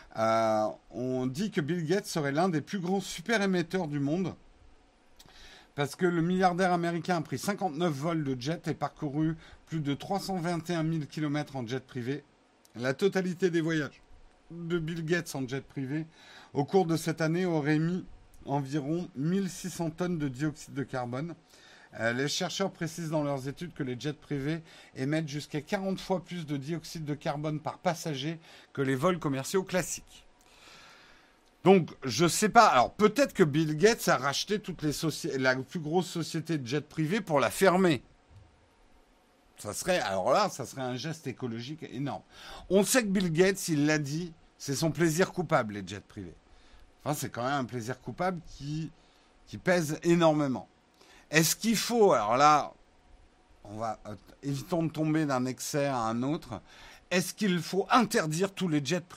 euh, ont dit que Bill Gates serait l'un des plus grands super émetteurs du monde Parce que le milliardaire américain a pris cinquante-neuf vols de jet et parcouru plus de trois cent vingt et un mille kilomètres en jet privé. La totalité des voyages de Bill Gates en jet privé au cours de cette année aurait mis environ mille six cents tonnes de dioxyde de carbone. Euh, les chercheurs précisent dans leurs études que les jets privés émettent jusqu'à quarante fois plus de dioxyde de carbone par passager que les vols commerciaux classiques. Donc, je sais pas. Alors, peut-être que Bill Gates a racheté toutes les soci- la plus grosse société de jets privés pour la fermer. Ça serait, alors là, ça serait un geste écologique énorme. On sait que Bill Gates, il l'a dit, c'est son plaisir coupable, les jets privés. Enfin, c'est quand même un plaisir coupable qui, qui pèse énormément. Est-ce qu'il faut, alors là, on va, euh, évitons de tomber d'un excès à un autre, est-ce qu'il faut interdire tous les jets privés ?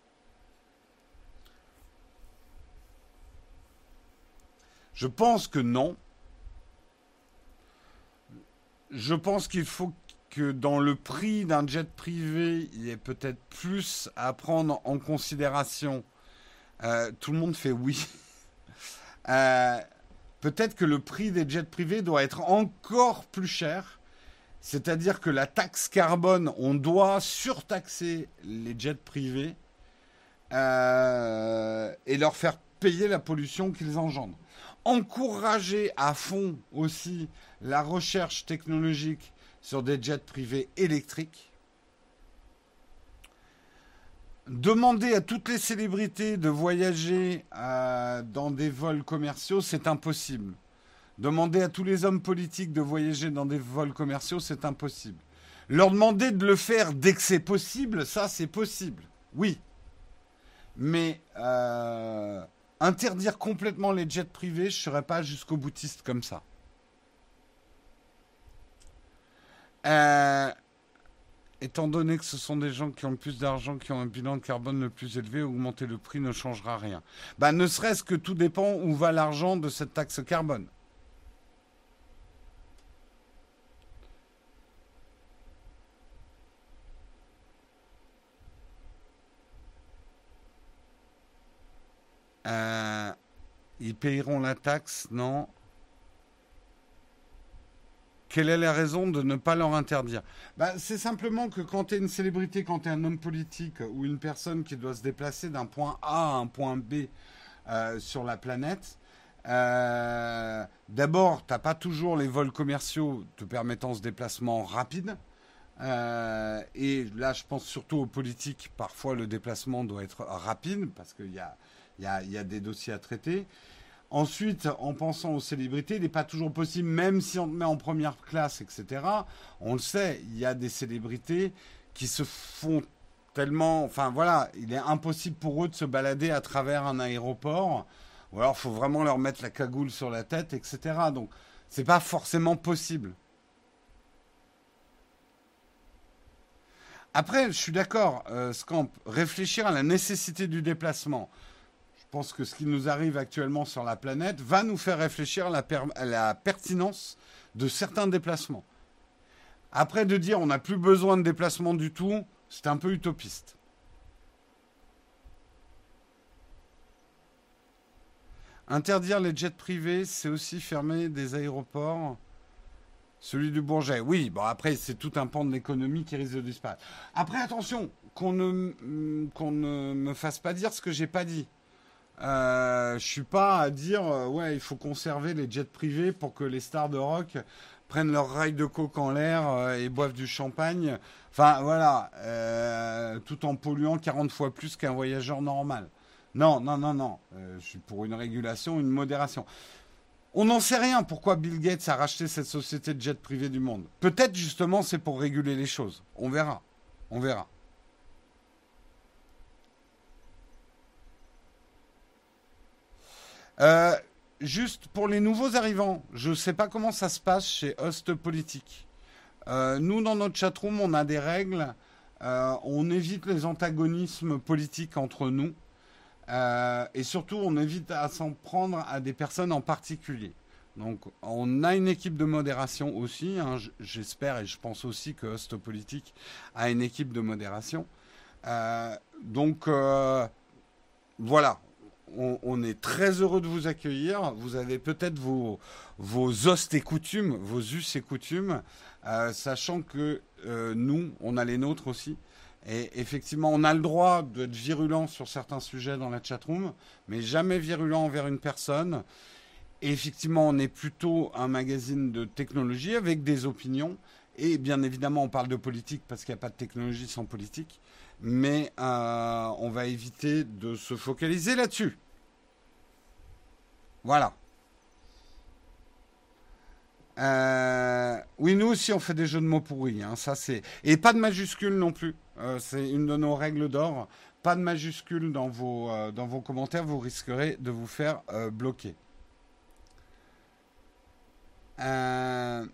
Je pense que non. Je pense qu'il faut que dans le prix d'un jet privé, il y ait peut-être plus à prendre en considération. Euh, tout le monde fait oui. Euh, peut-être que le prix des jets privés doit être encore plus cher. C'est-à-dire que la taxe carbone, on doit surtaxer les jets privés euh, et leur faire payer la pollution qu'ils engendrent. Encourager à fond aussi la recherche technologique sur des jets privés électriques. Demander à toutes les célébrités de voyager euh, dans des vols commerciaux, c'est impossible. Demander à tous les hommes politiques de voyager dans des vols commerciaux, c'est impossible. Leur demander de le faire dès que c'est possible, ça c'est possible. Oui. Mais euh, interdire complètement les jets privés, je ne serais pas jusqu'au boutiste comme ça. Euh, étant donné que ce sont des gens qui ont le plus d'argent, qui ont un bilan de carbone le plus élevé, augmenter le prix ne changera rien. Bah, ne serait-ce que tout dépend où va l'argent de cette taxe carbone. Euh, ils payeront la taxe, non. Quelle est la raison de ne pas leur interdire ? Bah, c'est simplement que quand tu es une célébrité, quand tu es un homme politique ou une personne qui doit se déplacer d'un point A à un point B euh, sur la planète, euh, d'abord, tu n'as pas toujours les vols commerciaux te permettant ce déplacement rapide. Euh, et là, je pense surtout aux politiques. Parfois, le déplacement doit être rapide parce qu'il y a, il y a, il y a des dossiers à traiter. Ensuite, en pensant aux célébrités, il n'est pas toujours possible, même si on te met en première classe, et cetera. On le sait, il y a des célébrités qui se font tellement... Enfin voilà, il est impossible pour eux de se balader à travers un aéroport. Ou alors, il faut vraiment leur mettre la cagoule sur la tête, et cetera. Donc, c'est pas forcément possible. Après, je suis d'accord, euh, Scamp, réfléchir à la nécessité du déplacement. Je pense que ce qui nous arrive actuellement sur la planète va nous faire réfléchir à la, per- à la pertinence de certains déplacements. Après, de dire on n'a plus besoin de déplacement du tout, c'est un peu utopiste. Interdire les jets privés, c'est aussi fermer des aéroports. Celui du Bourget, oui. Bon, après, c'est tout un pan de l'économie qui risque de disparaître. Après, attention, qu'on ne, qu'on ne me fasse pas dire ce que j'ai pas dit. Euh, je suis pas à dire euh, ouais il faut conserver les jets privés pour que les stars de rock prennent leur rail de coke en l'air euh, et boivent du champagne. Enfin voilà, euh, tout en polluant quarante fois plus qu'un voyageur normal. Non, non, non, non. Euh, je suis pour une régulation, une modération. On n'en sait rien pourquoi Bill Gates a racheté cette société de jets privés du monde. Peut-être justement c'est pour réguler les choses. On verra. On verra. Euh, juste pour les nouveaux arrivants, je ne sais pas comment ça se passe chez Host Politique. Euh, nous, dans notre chatroom, on a des règles. Euh, on évite les antagonismes politiques entre nous. Euh, et surtout, on évite à s'en prendre à des personnes en particulier. Donc, on a une équipe de modération aussi. Hein, j'espère et je pense aussi que Host Politique a une équipe de modération. Euh, donc, euh, voilà. on, on est très heureux de vous accueillir. Vous avez peut-être vos, vos os et coutumes, vos us et coutumes, euh, sachant que euh, nous, on a les nôtres aussi. Et effectivement, on a le droit d'être virulent sur certains sujets dans la chatroom, mais jamais virulent envers une personne. Et effectivement, on est plutôt un magazine de technologie avec des opinions. Et bien évidemment, on parle de politique parce qu'il n'y a pas de technologie sans politique. Mais euh, on va éviter de se focaliser là-dessus. Voilà. Euh, oui, nous aussi, on fait des jeux de mots pourris. Hein, ça, c'est... Et pas de majuscules non plus. Euh, c'est une de nos règles d'or. Pas de majuscules dans vos, euh, dans vos commentaires. Vous risquerez de vous faire euh, bloquer. Euh...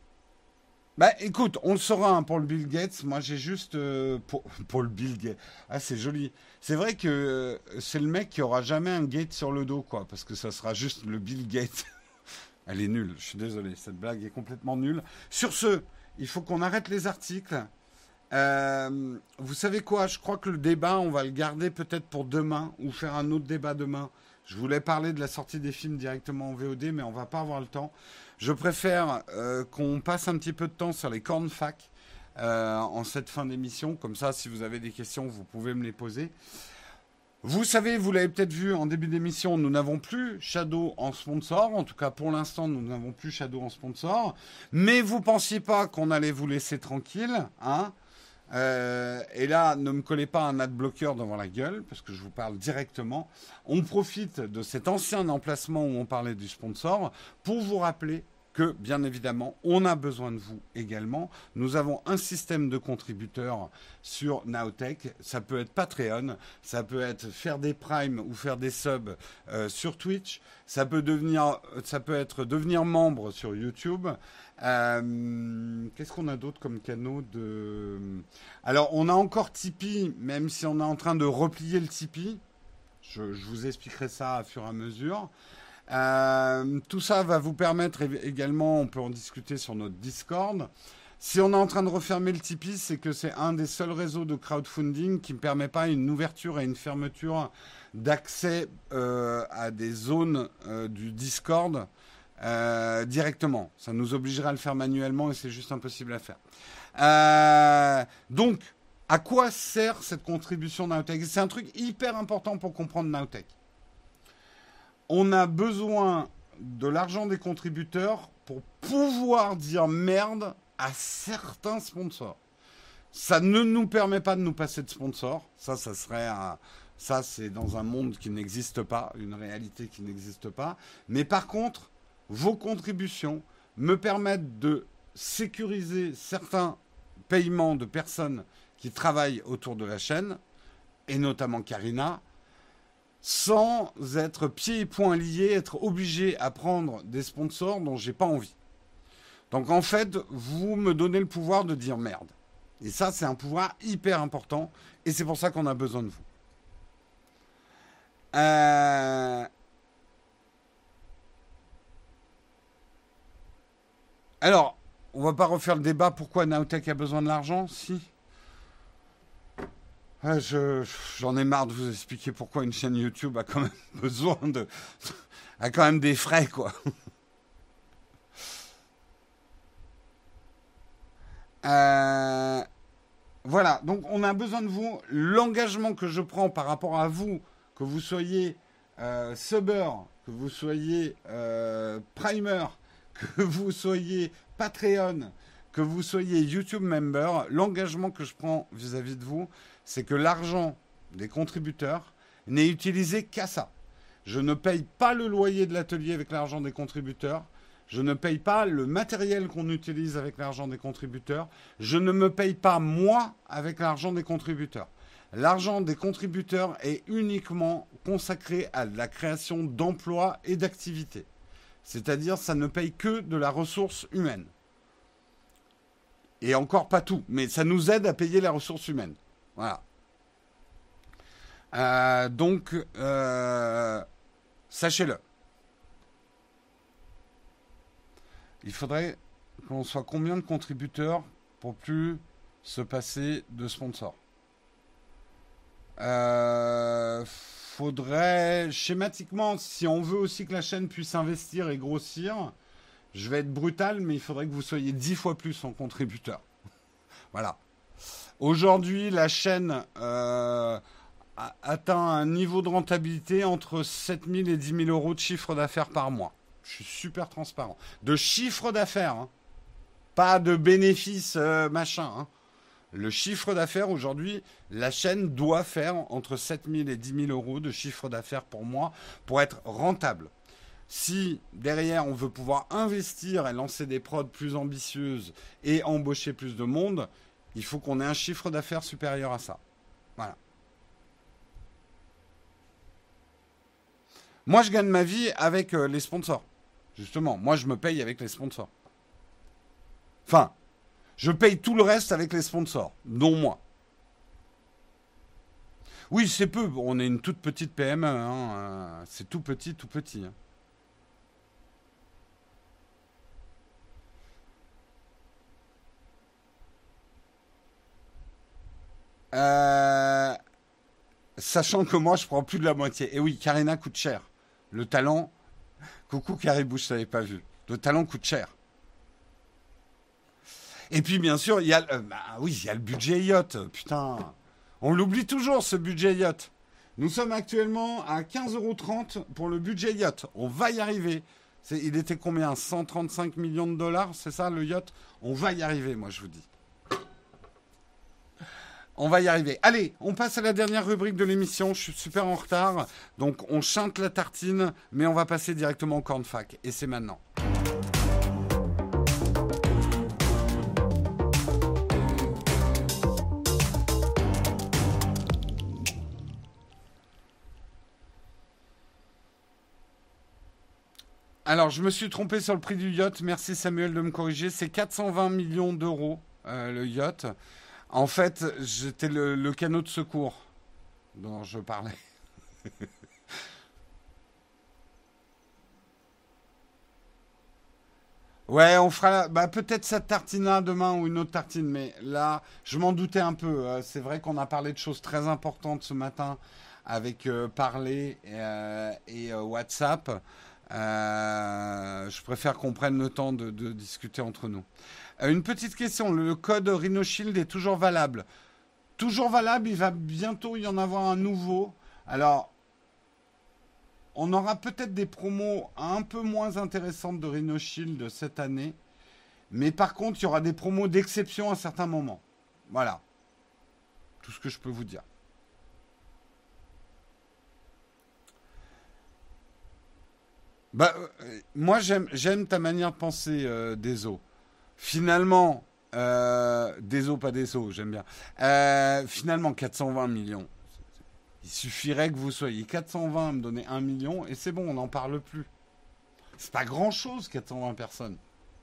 Bah écoute, on le saura hein, pour le Bill Gates. Moi j'ai juste euh, pour, pour le Bill Gates. Ah c'est joli. C'est vrai que euh, c'est le mec qui aura jamais un Gates sur le dos quoi, parce que ça sera juste le Bill Gates. Elle est nulle. Je suis désolé, cette blague est complètement nulle. Sur ce, il faut qu'on arrête les articles. Euh, vous savez quoi? Je crois que le débat, on va le garder peut-être pour demain ou faire un autre débat demain. Je voulais parler de la sortie des films directement en V O D, mais on va pas avoir le temps. Je préfère euh, qu'on passe un petit peu de temps sur les cornfacs euh, en cette fin d'émission. Comme ça, si vous avez des questions, vous pouvez me les poser. Vous savez, vous l'avez peut-être vu en début d'émission, nous n'avons plus Shadow en sponsor. En tout cas, pour l'instant, nous n'avons plus Shadow en sponsor. Mais vous ne pensiez pas qu'on allait vous laisser tranquille, hein? Euh, et là, ne me collez pas un adblocker devant la gueule, parce que je vous parle directement. On profite de cet ancien emplacement où on parlait du sponsor pour vous rappeler que, bien évidemment, on a besoin de vous également. Nous avons un système de contributeurs sur Nowtech. Ça peut être Patreon, ça peut être faire des primes ou faire des subs euh, sur Twitch. Ça peut, devenir, ça peut être devenir membre sur YouTube. Euh, qu'est-ce qu'on a d'autre comme canaux de... Alors, on a encore Tipeee, même si on est en train de replier le Tipeee. Je, je vous expliquerai ça au fur et à mesure. Euh, tout ça va vous permettre également, on peut en discuter sur notre Discord. Si on est en train de refermer le Tipeee, c'est que c'est un des seuls réseaux de crowdfunding qui ne permet pas une ouverture et une fermeture d'accès euh, à des zones euh, du Discord euh, directement. Ça nous obligerait à le faire manuellement et c'est juste impossible à faire. Euh, donc, à quoi sert cette contribution Nowtech? C'est un truc hyper important pour comprendre Nowtech. On a besoin de l'argent des contributeurs pour pouvoir dire merde à certains sponsors. Ça ne nous permet pas de nous passer de sponsors. Ça, ça serait un... Ça, c'est dans un monde qui n'existe pas, une réalité qui n'existe pas. Mais par contre, vos contributions me permettent de sécuriser certains paiements de personnes qui travaillent autour de la chaîne, et notamment Karina, sans être pieds et poings liés, être obligé à prendre des sponsors dont j'ai pas envie. Donc en fait, vous me donnez le pouvoir de dire merde. Et ça, c'est un pouvoir hyper important, et c'est pour ça qu'on a besoin de vous. Euh... Alors, on va pas refaire le débat pourquoi Nowtech a besoin de l'argent, si. Ah, je, j'en ai marre de vous expliquer pourquoi une chaîne YouTube a quand même besoin de... a quand même des frais, quoi. Euh, voilà, donc on a besoin de vous. L'engagement que je prends par rapport à vous, que vous soyez euh, subber, que vous soyez euh, primer, que vous soyez Patreon, que vous soyez YouTube member, l'engagement que je prends vis-à-vis de vous, c'est que l'argent des contributeurs n'est utilisé qu'à ça. Je ne paye pas le loyer de l'atelier avec l'argent des contributeurs. Je ne paye pas le matériel qu'on utilise avec l'argent des contributeurs. Je ne me paye pas moi avec l'argent des contributeurs. L'argent des contributeurs est uniquement consacré à la création d'emplois et d'activités. C'est-à-dire, ça ne paye que de la ressource humaine. Et encore pas tout, mais ça nous aide à payer la ressource humaine. Voilà. Euh, donc, euh, sachez-le. Il faudrait qu'on soit combien de contributeurs pour plus se passer de sponsors? Euh, faudrait, schématiquement, si on veut aussi que la chaîne puisse investir et grossir, je vais être brutal, mais il faudrait que vous soyez dix fois plus en contributeur. Voilà. Aujourd'hui, la chaîne euh, a atteint un niveau de rentabilité entre sept mille et dix mille euros de chiffre d'affaires par mois. Je suis super transparent. De chiffre d'affaires, hein. Pas de bénéfices euh, machin. Hein. Le chiffre d'affaires aujourd'hui, la chaîne doit faire entre sept mille et dix mille euros de chiffre d'affaires pour mois pour être rentable. Si derrière on veut pouvoir investir et lancer des prods plus ambitieuses et embaucher plus de monde, il faut qu'on ait un chiffre d'affaires supérieur à ça. Voilà. Moi, je gagne ma vie avec euh, les sponsors. Justement, moi, je me paye avec les sponsors. Enfin, je paye tout le reste avec les sponsors, dont moi. Oui, c'est peu. On est une toute petite P M E. Hein. Euh, c'est tout petit, tout petit. Hein. Euh, Sachant que moi, je prends plus de la moitié. Et oui, Karina coûte cher. Le talent... Coucou Caribou, je t'avais pas vu. Le talent coûte cher. Et puis, bien sûr, il y a... euh, bah, oui, il y a le budget yacht. Putain. On l'oublie toujours, ce budget yacht. Nous sommes actuellement à quinze euros trente pour le budget yacht. On va y arriver. C'est, il était combien? cent trente-cinq millions de dollars, c'est ça, le yacht? On va y arriver, moi, je vous dis. On va y arriver. Allez, on passe à la dernière rubrique de l'émission. Je suis super en retard. Donc, on chante la tartine, mais on va passer directement au cornfac. Et c'est maintenant. Alors, je me suis trompé sur le prix du yacht. Merci Samuel de me corriger. C'est quatre cent vingt millions d'euros, euh, le yacht. En fait, j'étais le, le canot de secours dont je parlais. Ouais, on fera bah, peut-être cette tartina demain ou une autre tartine, mais là, je m'en doutais un peu. Euh, c'est vrai qu'on a parlé de choses très importantes ce matin avec euh, Parler et, euh, et, euh, WhatsApp. Euh, je préfère qu'on prenne le temps de, de discuter entre nous. Euh, une petite question, le code RhinoShield est toujours valable? Toujours valable, il va bientôt y en avoir un nouveau. Alors, on aura peut-être des promos un peu moins intéressantes de RhinoShield cette année. Mais par contre, il y aura des promos d'exception à certains moments. Voilà. Tout ce que je peux vous dire. Bah, euh, moi, j'aime, j'aime ta manière de penser, euh, Deso. Finalement, euh, Deso, pas Deso, j'aime bien. Euh, finalement, quatre cent vingt millions. Il suffirait que vous soyez quatre cent vingt à me donner un million et c'est bon, on n'en parle plus. C'est pas grand-chose, quatre cent vingt personnes.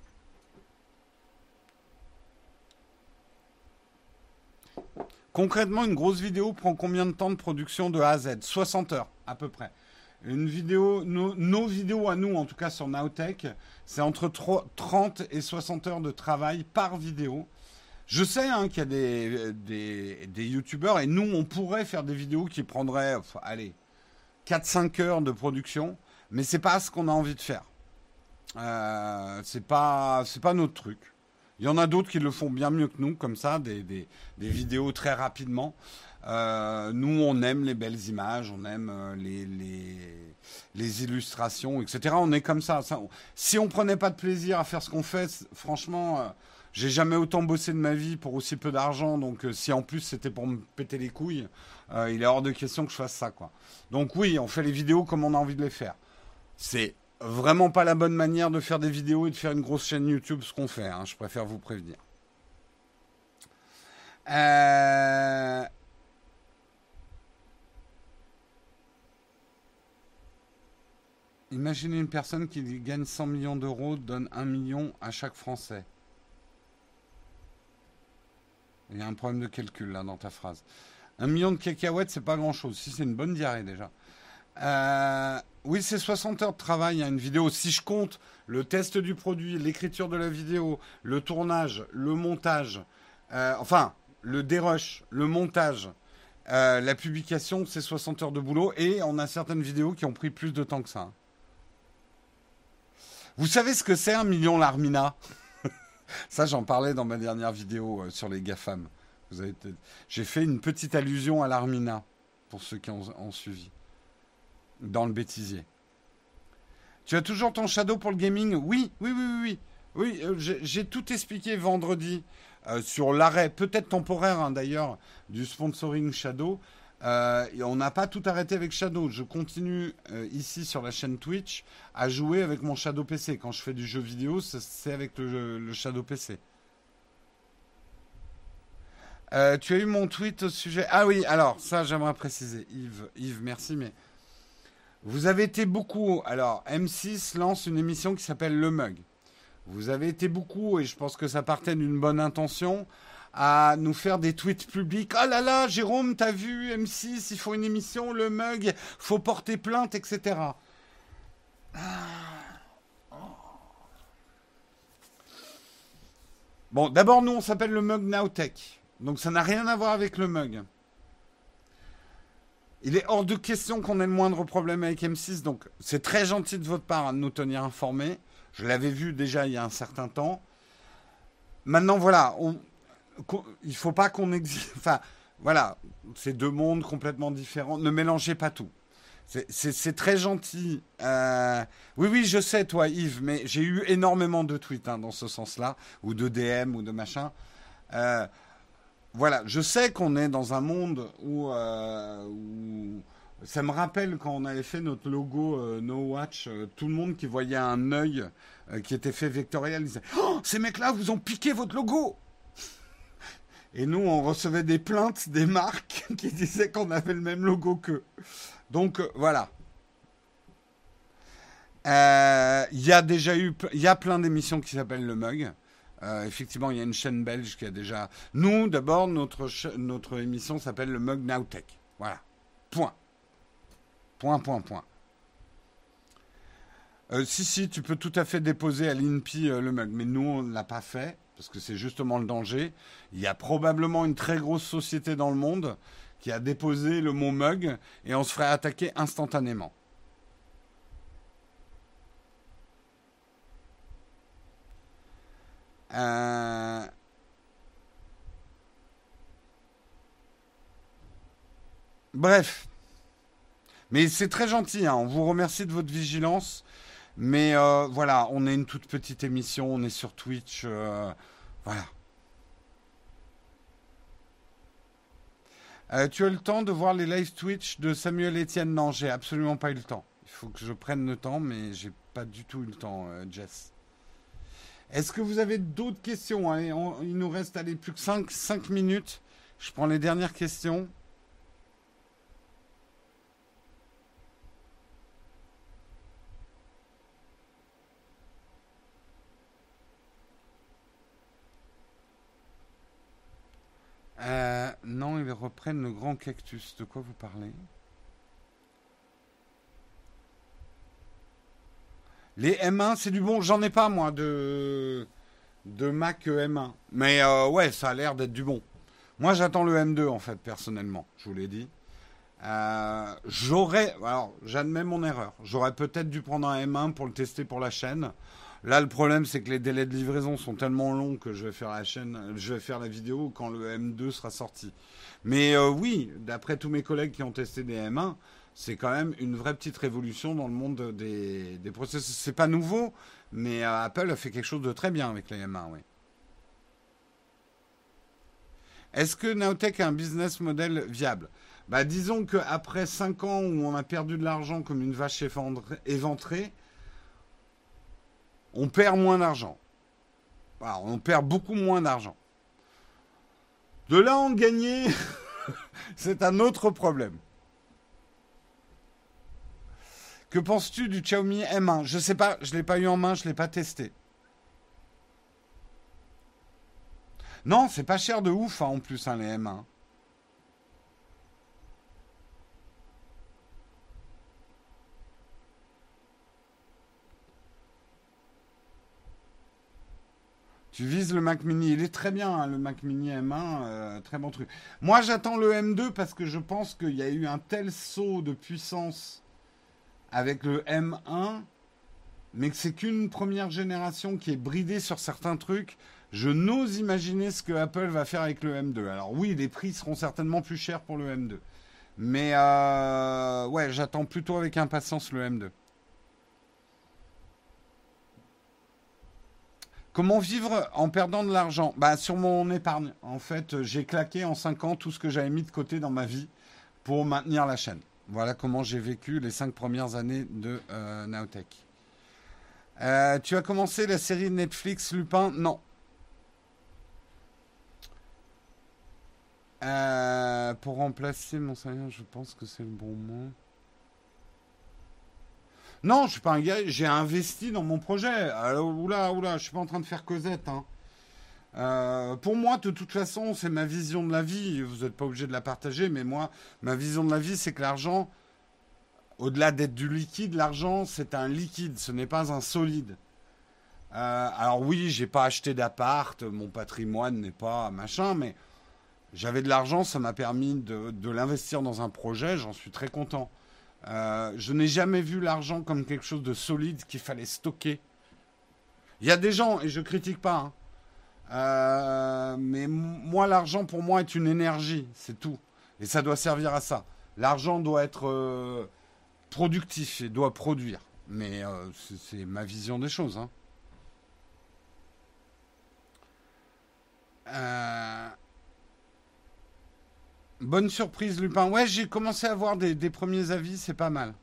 Concrètement, une grosse vidéo prend combien de temps de production de A à Z? soixante heures, à peu près. Une vidéo, nos, nos vidéos à nous, en tout cas sur Nowtech, c'est entre trente et soixante heures de travail par vidéo. Je sais hein, qu'il y a des, des, des youtubeurs et nous, on pourrait faire des vidéos qui prendraient, enfin, allez, quatre cinq heures de production, mais c'est pas ce qu'on a envie de faire. Euh, c'est pas, c'est pas notre truc. Il y en a d'autres qui le font bien mieux que nous, comme ça, des, des, des vidéos très rapidement. Euh, nous, on aime les belles images, on aime euh, les, les, les illustrations, et cetera. On est comme ça. ça on- si on prenait pas de plaisir à faire ce qu'on fait, c- franchement, euh, j'ai jamais autant bossé de ma vie pour aussi peu d'argent. Donc, euh, si en plus c'était pour me péter les couilles, euh, il est hors de question que je fasse ça, quoi. Donc oui, on fait les vidéos comme on a envie de les faire. C'est vraiment pas la bonne manière de faire des vidéos et de faire une grosse chaîne YouTube, ce qu'on fait. Hein, je préfère vous prévenir. Euh, Imaginez une personne qui gagne cent millions d'euros, donne un million à chaque Français. Il y a un problème de calcul là dans ta phrase. Un million de cacahuètes, c'est pas grand-chose. Si c'est une bonne diarrhée déjà. Euh, oui, c'est soixante heures de travail à une vidéo. Si je compte le test du produit, l'écriture de la vidéo, le tournage, le montage, euh, enfin, le dérush, le montage, Euh, la publication, c'est soixante heures de boulot et on a certaines vidéos qui ont pris plus de temps que ça. Vous savez ce que c'est un million l'Armina? Ça, j'en parlais dans ma dernière vidéo euh, sur les GAFAM. Vous avez peut-être- J'ai fait une petite allusion à l'Armina, pour ceux qui ont, ont suivi, dans le bêtisier. Tu as toujours ton Shadow pour le gaming? Oui, oui, oui, oui. Oui, oui euh, j'ai j'ai tout expliqué vendredi euh, sur l'arrêt, peut-être temporaire hein, d'ailleurs, du sponsoring Shadow. Euh, et on n'a pas tout arrêté avec Shadow. Je continue euh, ici sur la chaîne Twitch à jouer avec mon Shadow P C. Quand je fais du jeu vidéo, c'est c'est avec le, le Shadow P C. Euh, tu as eu mon tweet au sujet. Ah oui, alors ça j'aimerais préciser. Yves, Yves, merci, mais vous avez été beaucoup. Alors, M six lance une émission qui s'appelle Le Mug. Vous avez été beaucoup, et je pense que ça partait d'une bonne intention, à nous faire des tweets publics. Oh là là, Jérôme, t'as vu M six, il faut une émission, Le Mug, faut porter plainte, et cetera. Bon, d'abord, nous, on s'appelle Le Mug Nowtech. Donc, ça n'a rien à voir avec Le Mug. Il est hors de question qu'on ait le moindre problème avec M six, donc c'est très gentil de votre part hein, de nous tenir informés. Je l'avais vu déjà il y a un certain temps. Maintenant, voilà, on, qu'on- il ne faut pas qu'on existe. Enfin, voilà, c'est deux mondes complètement différents. Ne mélangez pas tout. C'est c'est- c'est très gentil. Euh, oui, oui, je sais, toi, Yves, mais j'ai eu énormément de tweets hein, dans ce sens-là, ou de D M, ou de machin. Euh, voilà, je sais qu'on est dans un monde où, euh, où- ça me rappelle quand on avait fait notre logo euh, No Watch, euh, tout le monde qui voyait un œil euh, qui était fait vectoriel disait oh, ces mecs-là vous ont piqué votre logo. Et nous, on recevait des plaintes des marques qui disaient qu'on avait le même logo qu'eux. Donc euh, voilà. Euh, Il y a déjà eu, il y a plein d'émissions qui s'appellent Le Mug. Euh, effectivement, il y a une chaîne belge qui a déjà. Nous, d'abord, notre, cha- notre émission s'appelle Le Mug Nowtech. Voilà. Point. Point, point, point. Euh, si, si, tu peux tout à fait déposer à l'I N P I euh, le mug, mais nous, on ne l'a pas fait, parce que c'est justement le danger. Il y a probablement une très grosse société dans le monde qui a déposé le mot mug, et on se ferait attaquer instantanément. Euh, Bref, mais c'est très gentil, hein, on vous remercie de votre vigilance, mais euh, voilà, on est une toute petite émission, on est sur Twitch, euh, voilà. Euh, tu as le temps de voir les live Twitch de Samuel Etienne? Non, j'ai absolument pas eu le temps. Il faut que je prenne le temps, mais j'ai pas du tout eu le temps, euh, Jess. Est-ce que vous avez d'autres questions? Allez, on- il nous reste allez, plus que cinq cinq minutes. Je prends les dernières questions. Euh, non, ils reprennent le grand cactus. De quoi vous parlez? Les M un, c'est du bon. J'en ai pas, moi, de, de Mac M un. Mais euh, ouais, ça a l'air d'être du bon. Moi, j'attends le M deux, en fait, personnellement. Je vous l'ai dit. Euh, j'aurais, alors j'admets mon erreur, j'aurais peut-être dû prendre un M un pour le tester pour la chaîne. Là, le problème, c'est que les délais de livraison sont tellement longs que je vais faire la chaîne, je vais faire la vidéo quand le M deux sera sorti. Mais euh, oui, d'après tous mes collègues qui ont testé des M un, c'est quand même une vraie petite révolution dans le monde des, des processeurs. C'est pas nouveau, mais euh, Apple a fait quelque chose de très bien avec les M un, oui. Est-ce que Nowtech a un business model viable? Bah, disons qu'après cinq ans où on a perdu de l'argent comme une vache éventrée, éventrée, on perd moins d'argent. Voilà, on perd beaucoup moins d'argent. De là à en gagner, c'est un autre problème. Que penses-tu du Xiaomi M un? Je sais pas, je l'ai pas eu en main, je l'ai pas testé. Non, c'est pas cher de ouf hein, en plus hein, les M un. Tu vises le Mac Mini. Il est très bien, hein, le Mac Mini M un. Euh, très bon truc. Moi, j'attends le M deux parce que je pense qu'il y a eu un tel saut de puissance avec le M un, mais que c'est qu'une première génération qui est bridée sur certains trucs. Je n'ose imaginer ce que Apple va faire avec le M deux. Alors oui, les prix seront certainement plus chers pour le M deux. Mais euh, ouais, j'attends plutôt avec impatience le M deux. Comment vivre en perdant de l'argent? Bah, sur mon épargne. En fait, j'ai claqué en cinq ans tout ce que j'avais mis de côté dans ma vie pour maintenir la chaîne. Voilà comment j'ai vécu les cinq premières années de euh, Nowtech. Euh, tu as commencé la série Netflix Lupin? Non. Euh, pour remplacer mon salaire, je pense que c'est le bon mot. Non, je suis pas un gars, j'ai investi dans mon projet. Alors, oula, oula, je suis pas en train de faire Cosette, hein. Euh, pour moi, de toute façon, c'est ma vision de la vie. Vous n'êtes pas obligé de la partager, mais moi, ma vision de la vie, c'est que l'argent, au-delà d'être du liquide, l'argent, c'est un liquide, ce n'est pas un solide. Euh, alors oui, j'ai pas acheté d'appart, mon patrimoine n'est pas machin, mais j'avais de l'argent, ça m'a permis de, de l'investir dans un projet, j'en suis très content. Euh, je n'ai jamais vu l'argent comme quelque chose de solide qu'il fallait stocker. Il y a des gens, et je critique pas, hein, euh, mais m- moi, l'argent, pour moi, est une énergie, c'est tout. Et ça doit servir à ça. L'argent doit être euh, productif et doit produire. Mais euh, c'est, c'est ma vision des choses, hein. Euh, bonne surprise, Lupin. Ouais, j'ai commencé à voir des, des premiers avis, c'est pas mal.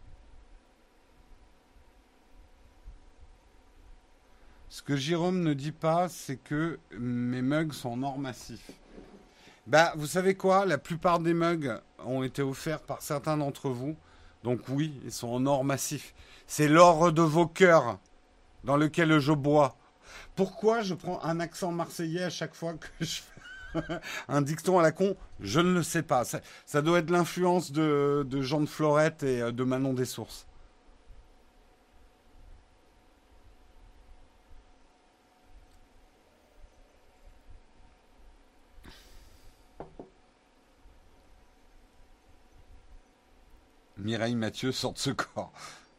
Ce que Jérôme ne dit pas, c'est que mes mugs sont en or massif. Bah, vous savez quoi? La plupart des mugs ont été offerts par certains d'entre vous. Donc oui, ils sont en or massif. C'est l'or de vos cœurs dans lequel je bois. Pourquoi je prends un accent marseillais à chaque fois que je fais un dicton à la con? Je ne le sais pas. Ça, ça doit être l'influence de, de Jean de Florette et euh, de Manon des Sources. Mireille Mathieu sort de ce corps.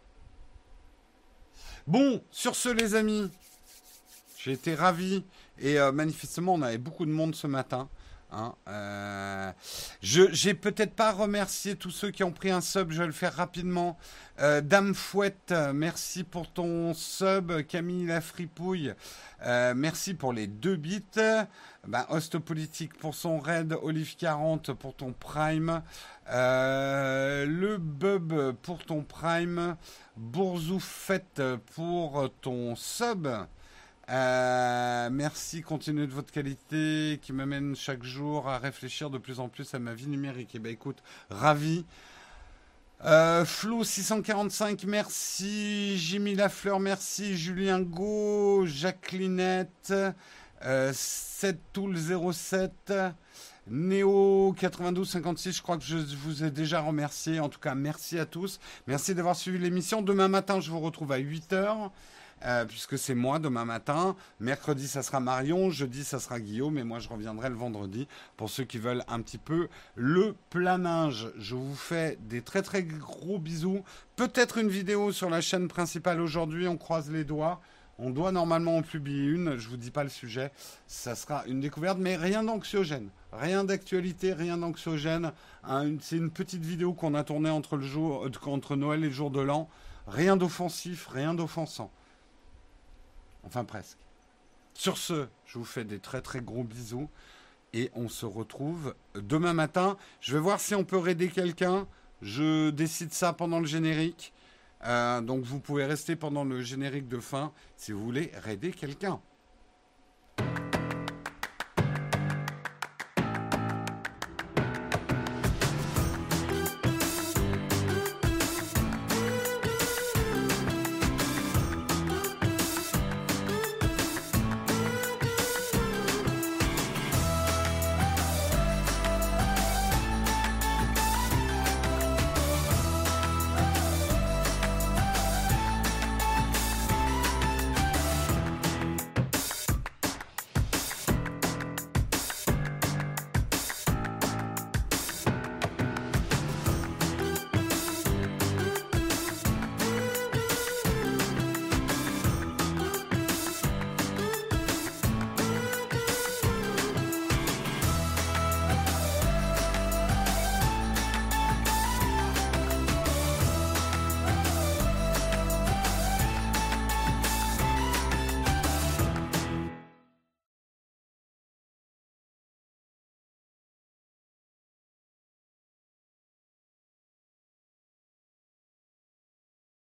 Bon, sur ce les amis, j'ai été ravi et euh, manifestement on avait beaucoup de monde ce matin. Hein, euh, je j'ai peut-être pas remercié tous ceux qui ont pris un sub, je vais le faire rapidement. Euh, Dame Fouette, euh, merci pour ton sub. Camille la fripouille, euh, merci pour les deux bits. Ben, Host Politique pour son raid, Olive quarante pour ton prime, euh, le Bub pour ton prime, Bourzoufette pour ton sub. Euh, merci, continuez de votre qualité qui m'amène chaque jour à réfléchir de plus en plus à ma vie numérique. Et ben écoute, ravi. Euh, Flo six cent quarante-cinq, merci. Jimmy Lafleur, merci. Julien Go, Jacquelinette, euh, sept Tool zéro sept, Néo quatre-vingt-douze cinquante-six, je crois que je vous ai déjà remercié. En tout cas, merci à tous. Merci d'avoir suivi l'émission. Demain matin, je vous retrouve à huit heures. Euh, puisque c'est moi demain matin. Mercredi, ça sera Marion. Jeudi, ça sera Guillaume. Et moi, je reviendrai le vendredi pour ceux qui veulent un petit peu le planage. Je vous fais des très très gros bisous. Peut-être une vidéo sur la chaîne principale aujourd'hui. On croise les doigts. On doit normalement en publier une. Je vous dis pas le sujet. Ça sera une découverte, mais rien d'anxiogène. Rien d'actualité, rien d'anxiogène. Hein, c'est une petite vidéo qu'on a tournée entre, le jour, euh, entre Noël et le jour de l'an. Rien d'offensif, rien d'offensant. Enfin presque. Sur ce, je vous fais des très très gros bisous et on se retrouve demain matin. Je vais voir si on peut raider quelqu'un. Je décide ça pendant le générique. Euh, donc vous pouvez rester pendant le générique de fin si vous voulez raider quelqu'un.